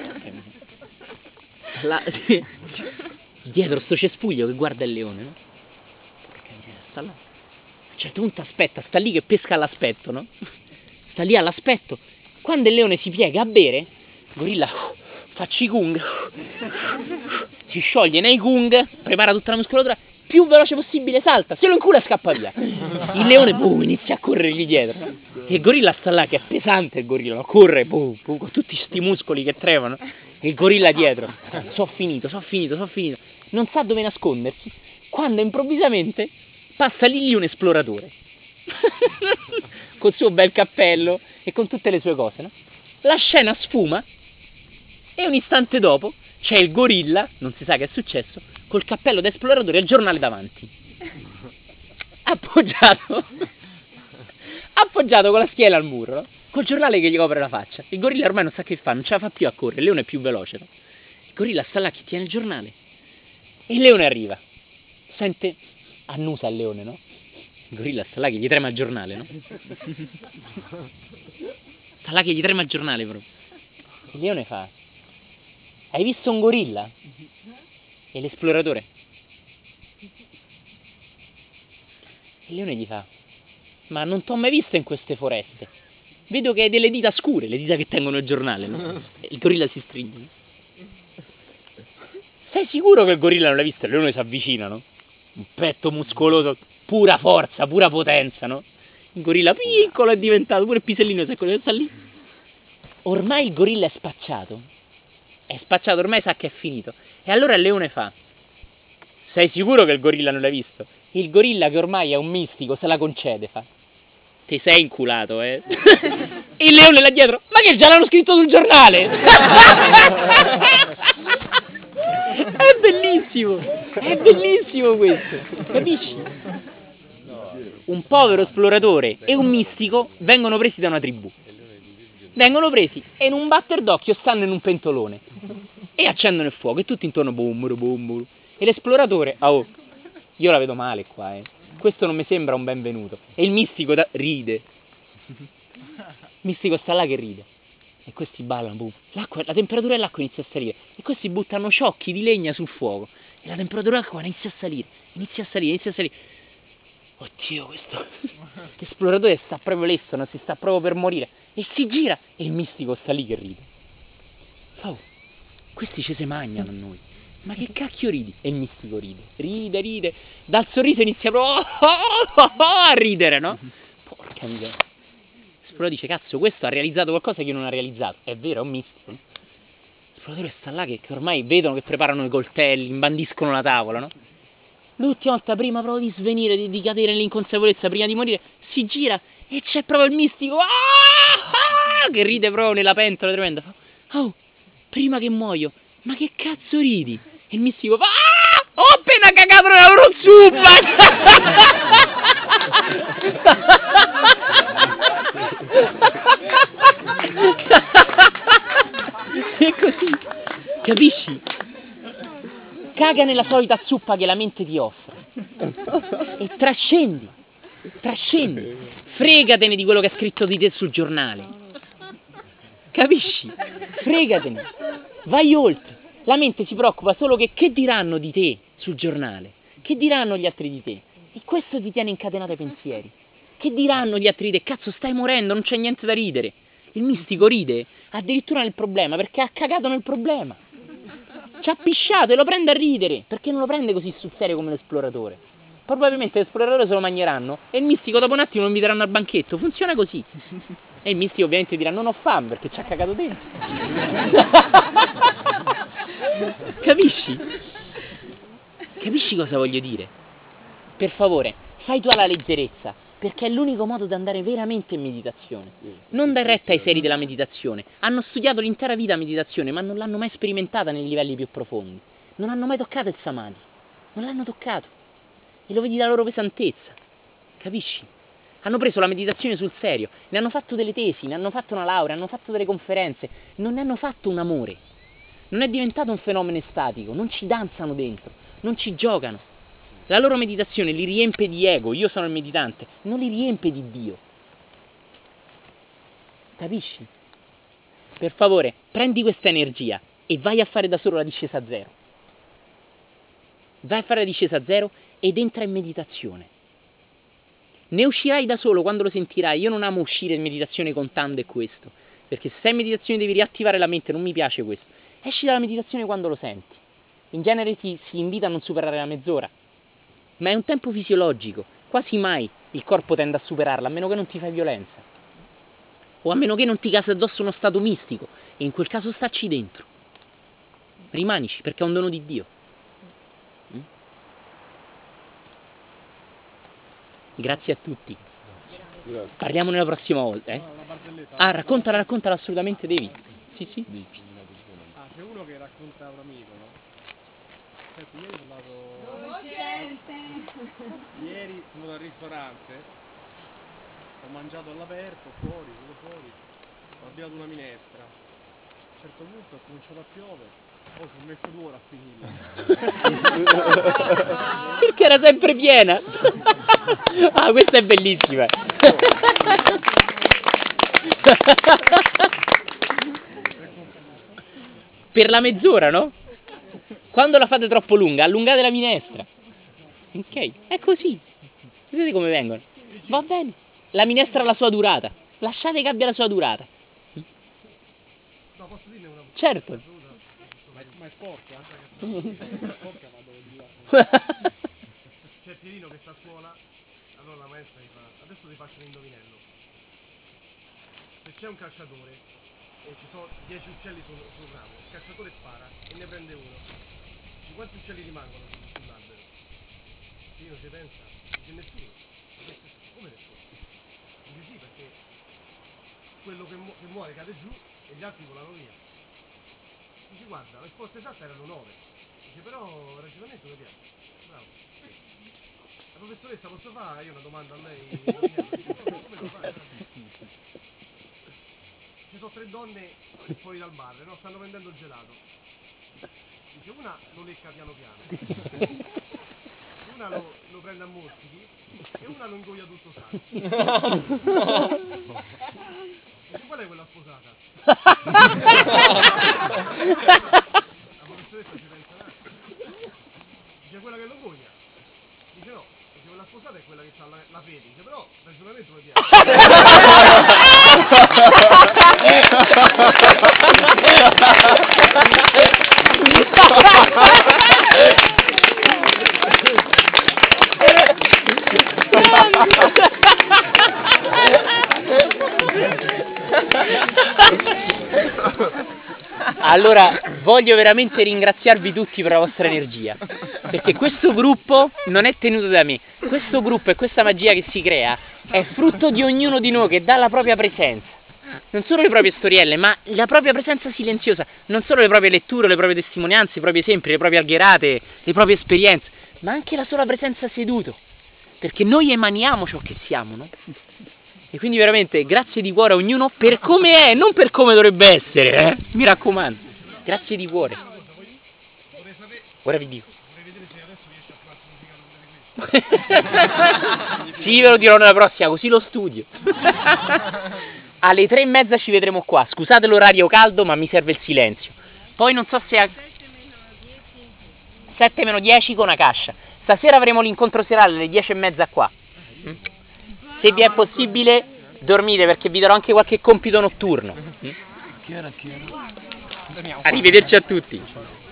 Sta là, sì. Dietro sto cespuglio che guarda il leone, no? Porca miseria, sta là. A un certo punto aspetta, sta lì che pesca all'aspetto, no? Sta lì all'aspetto. Quando il leone si piega a bere, il gorilla uh, fa Qigong, uh, si scioglie nei Kung, prepara tutta la muscolatura, più veloce possibile salta, se lo incula e scappa via. Il leone boh, inizia a corrergli dietro. E il gorilla sta là che è pesante, il gorilla, no? Corre boh, boh, con tutti sti muscoli che tremano. E il gorilla dietro. So finito, so finito, so finito. Non sa dove nascondersi, quando improvvisamente passa lì lì un esploratore. Col suo bel cappello e con tutte le sue cose, no? La scena sfuma e un istante dopo c'è il gorilla, non si sa che è successo, col cappello da esploratore e il giornale davanti. Appoggiato. Appoggiato con la schiena al muro, no? Col giornale che gli copre la faccia. Il gorilla ormai non sa che fa, non ce la fa più a correre, il leone è più veloce, no? Il gorilla sta là che tiene il giornale. E il leone arriva. Sente, annusa il leone, no? Il gorilla sta là che gli trema il giornale, no? Sta là che gli trema il giornale proprio. Il leone fa: hai visto un gorilla? E l'esploratore? Il leone gli fa: ma non t'ho mai visto in queste foreste. Vedo che hai delle dita scure, le dita che tengono il giornale, no? E il gorilla si stringe. Sei sicuro che il gorilla non l'ha visto? Il leone si avvicina, no? Un petto muscoloso, pura forza, pura potenza, no? Il gorilla piccolo è diventato, pure il pisellino si è quello che sta lì. Ormai il gorilla è spacciato. È spacciato, ormai sa che è finito. E allora il leone fa: sei sicuro che il gorilla non l'ha visto? Il gorilla, che ormai è un mistico, se la concede, fa: ti sei inculato, eh? Il leone là dietro: ma che già l'hanno scritto sul giornale? È bellissimo, è bellissimo questo, capisci? Un povero esploratore e un mistico vengono presi da una tribù. Vengono presi e in un batter d'occhio stanno in un pentolone e accendono il fuoco e tutti intorno bombolo, bombolo. E l'esploratore, oh, io la vedo male qua, eh. Questo non mi sembra un benvenuto. E il mistico da... ride. Il mistico sta là che ride. E questi ballano, boom. L'acqua, la temperatura dell'acqua inizia a salire. E questi buttano ciocchi di legna sul fuoco. E la temperatura dell'acqua inizia a salire. Inizia a salire, inizia a salire. Oddio, questo... L'esploratore sta proprio lesso, non si sta proprio per morire. E si gira. E il mistico sta lì che ride. Oh, questi ci si mangiano a noi. Ma che cacchio ridi? E il mistico ride. Ride, ride. Dal sorriso inizia proprio a ridere, no? Porca miseria. L'esploratore dice: cazzo, questo ha realizzato qualcosa che io non ho realizzato. È vero, è un mistico. L'esploratore sta là che, che ormai vedono che preparano i coltelli, imbandiscono la tavola, no? L'ultima volta, prima proprio di svenire, di, di cadere nell'inconsapevolezza, prima di morire, si gira e c'è proprio il mistico ah, ah, che ride proprio nella pentola tremenda. Fa: oh, prima che muoio, ma che cazzo ridi? E il mistico fa: ah, ho appena cagato nell'Eurozuppa! E così, capisci? Caga nella solita zuppa che la mente ti offre e trascendi, trascendi, fregatene di quello che è scritto di te sul giornale, capisci? Fregatene, vai oltre. La mente si preoccupa solo che che diranno di te sul giornale, che diranno gli altri di te, e questo ti tiene incatenato ai pensieri. Che diranno gli altri di te? Cazzo, stai morendo, non c'è niente da ridere. Il mistico ride addirittura nel problema perché ha cagato nel problema. Ci ha pisciato e lo prende a ridere, perché non lo prende così sul serio come l'esploratore. Probabilmente l'esploratore se lo mangeranno e il mistico dopo un attimo lo inviteranno al banchetto. Funziona così. E il mistico ovviamente dirà: non ho fame perché ci ha cagato dentro. Capisci? Capisci cosa voglio dire? Per favore, fai tu alla leggerezza, perché è l'unico modo di andare veramente in meditazione. Non dai retta ai seri della meditazione. Hanno studiato l'intera vita meditazione, ma non l'hanno mai sperimentata nei livelli più profondi. Non hanno mai toccato il samadhi. Non l'hanno toccato. e lo vedi dalla loro pesantezza, capisci? Hanno preso la meditazione sul serio, ne hanno fatto delle tesi, ne hanno fatto una laurea, hanno fatto delle conferenze, non ne hanno fatto un amore. Non è diventato un fenomeno estatico, non ci danzano dentro, non ci giocano. La loro meditazione li riempie di ego, io sono il meditante, non li riempie di Dio. Capisci? Per favore, prendi questa energia e vai a fare da solo la discesa a zero. Vai a fare la discesa a zero ed entra in meditazione. Ne uscirai da solo quando lo sentirai. Io non amo uscire in meditazione contando e questo, perché se sei in meditazione devi riattivare la mente, non mi piace questo. Esci dalla meditazione quando lo senti. In genere ti si invita a non superare la mezz'ora, ma è un tempo fisiologico. Quasi mai il corpo tende a superarla, a meno che non ti fai violenza. O a meno che non ti casi addosso uno stato mistico, e in quel caso stacci dentro. Rimanici, perché è un dono di Dio. Mm? Grazie a tutti. Grazie. Parliamone la prossima volta, eh? Ah, raccontala, raccontala, assolutamente devi. Sì, sì. Ah, c'è uno che racconta a un amico, no? Senti, ieri sono andato... Ieri sono andato al ristorante, ho mangiato all'aperto, fuori, solo fuori, ho avviato una minestra. A un certo punto ho cominciato a piovere, oh, ci ho messo due ore a finirla. Perché era sempre piena. Ah, questa è bellissima. Per la mezz'ora, no? Quando la fate troppo lunga, allungate la minestra. Ok, è così. Vedete come vengono? Va bene. La minestra ha la sua durata. Lasciate che abbia la sua durata. No, posso dirne una? Certo. Ma è, ma è sporca? È sporca, ma dove di là. C'è Pierino che sta a scuola, allora la maestra gli fa, adesso ti faccio un indovinello. Se c'è un cacciatore e ci sono dieci uccelli sul, sul ramo, il cacciatore spara e ne prende uno. Dici, quanti uccelli rimangono sul- sull'albero? Pierino ci pensa, dice nessuno. Dice, come nessuno? Dice sì, perché quello che, mu- che muore cade giù e gli altri volano via. Dice guarda, la risposta esatta erano nove. Dice però il ragionamento mi piace. Bravo. La professoressa, posso fare io una domanda a lei? Dice, come lo fai? Ci sono tre donne fuori dal bar, no? Stanno vendendo il gelato. Dice una lo lecca piano piano, una lo, lo prende a morsichi e una lo ingoia tutto sano. Dice qual è quella sposata? La professoressa ci pensa un attimo. Dice quella che lo ingoia. Dice no, dice quella sposata è quella che ha la, la fede. Dice però il ragionamento mi piace. Allora, voglio veramente ringraziarvi tutti per la vostra energia, perché questo gruppo non è tenuto da me. Questo gruppo e questa magia che si crea è frutto di ognuno di noi che dà la propria presenza. Non solo le proprie storielle, ma la propria presenza silenziosa. Non solo le proprie letture, le proprie testimonianze, i propri esempi, le proprie algherate, le proprie esperienze, ma anche la sola presenza seduto. Perché noi emaniamo ciò che siamo, no? E quindi veramente grazie di cuore a ognuno per come è, non per come dovrebbe essere, eh? Mi raccomando. Grazie di cuore. Ora vi dico. Sì, ve lo dirò nella prossima, così lo studio. Alle tre e mezza ci vedremo qua. Scusate l'orario caldo, ma mi serve il silenzio. Poi non so se a sette meno dieci con Akasha. Stasera avremo l'incontro serale alle dieci e mezza qua. Se vi è possibile dormite, perché vi darò anche qualche compito notturno. Arrivederci a tutti.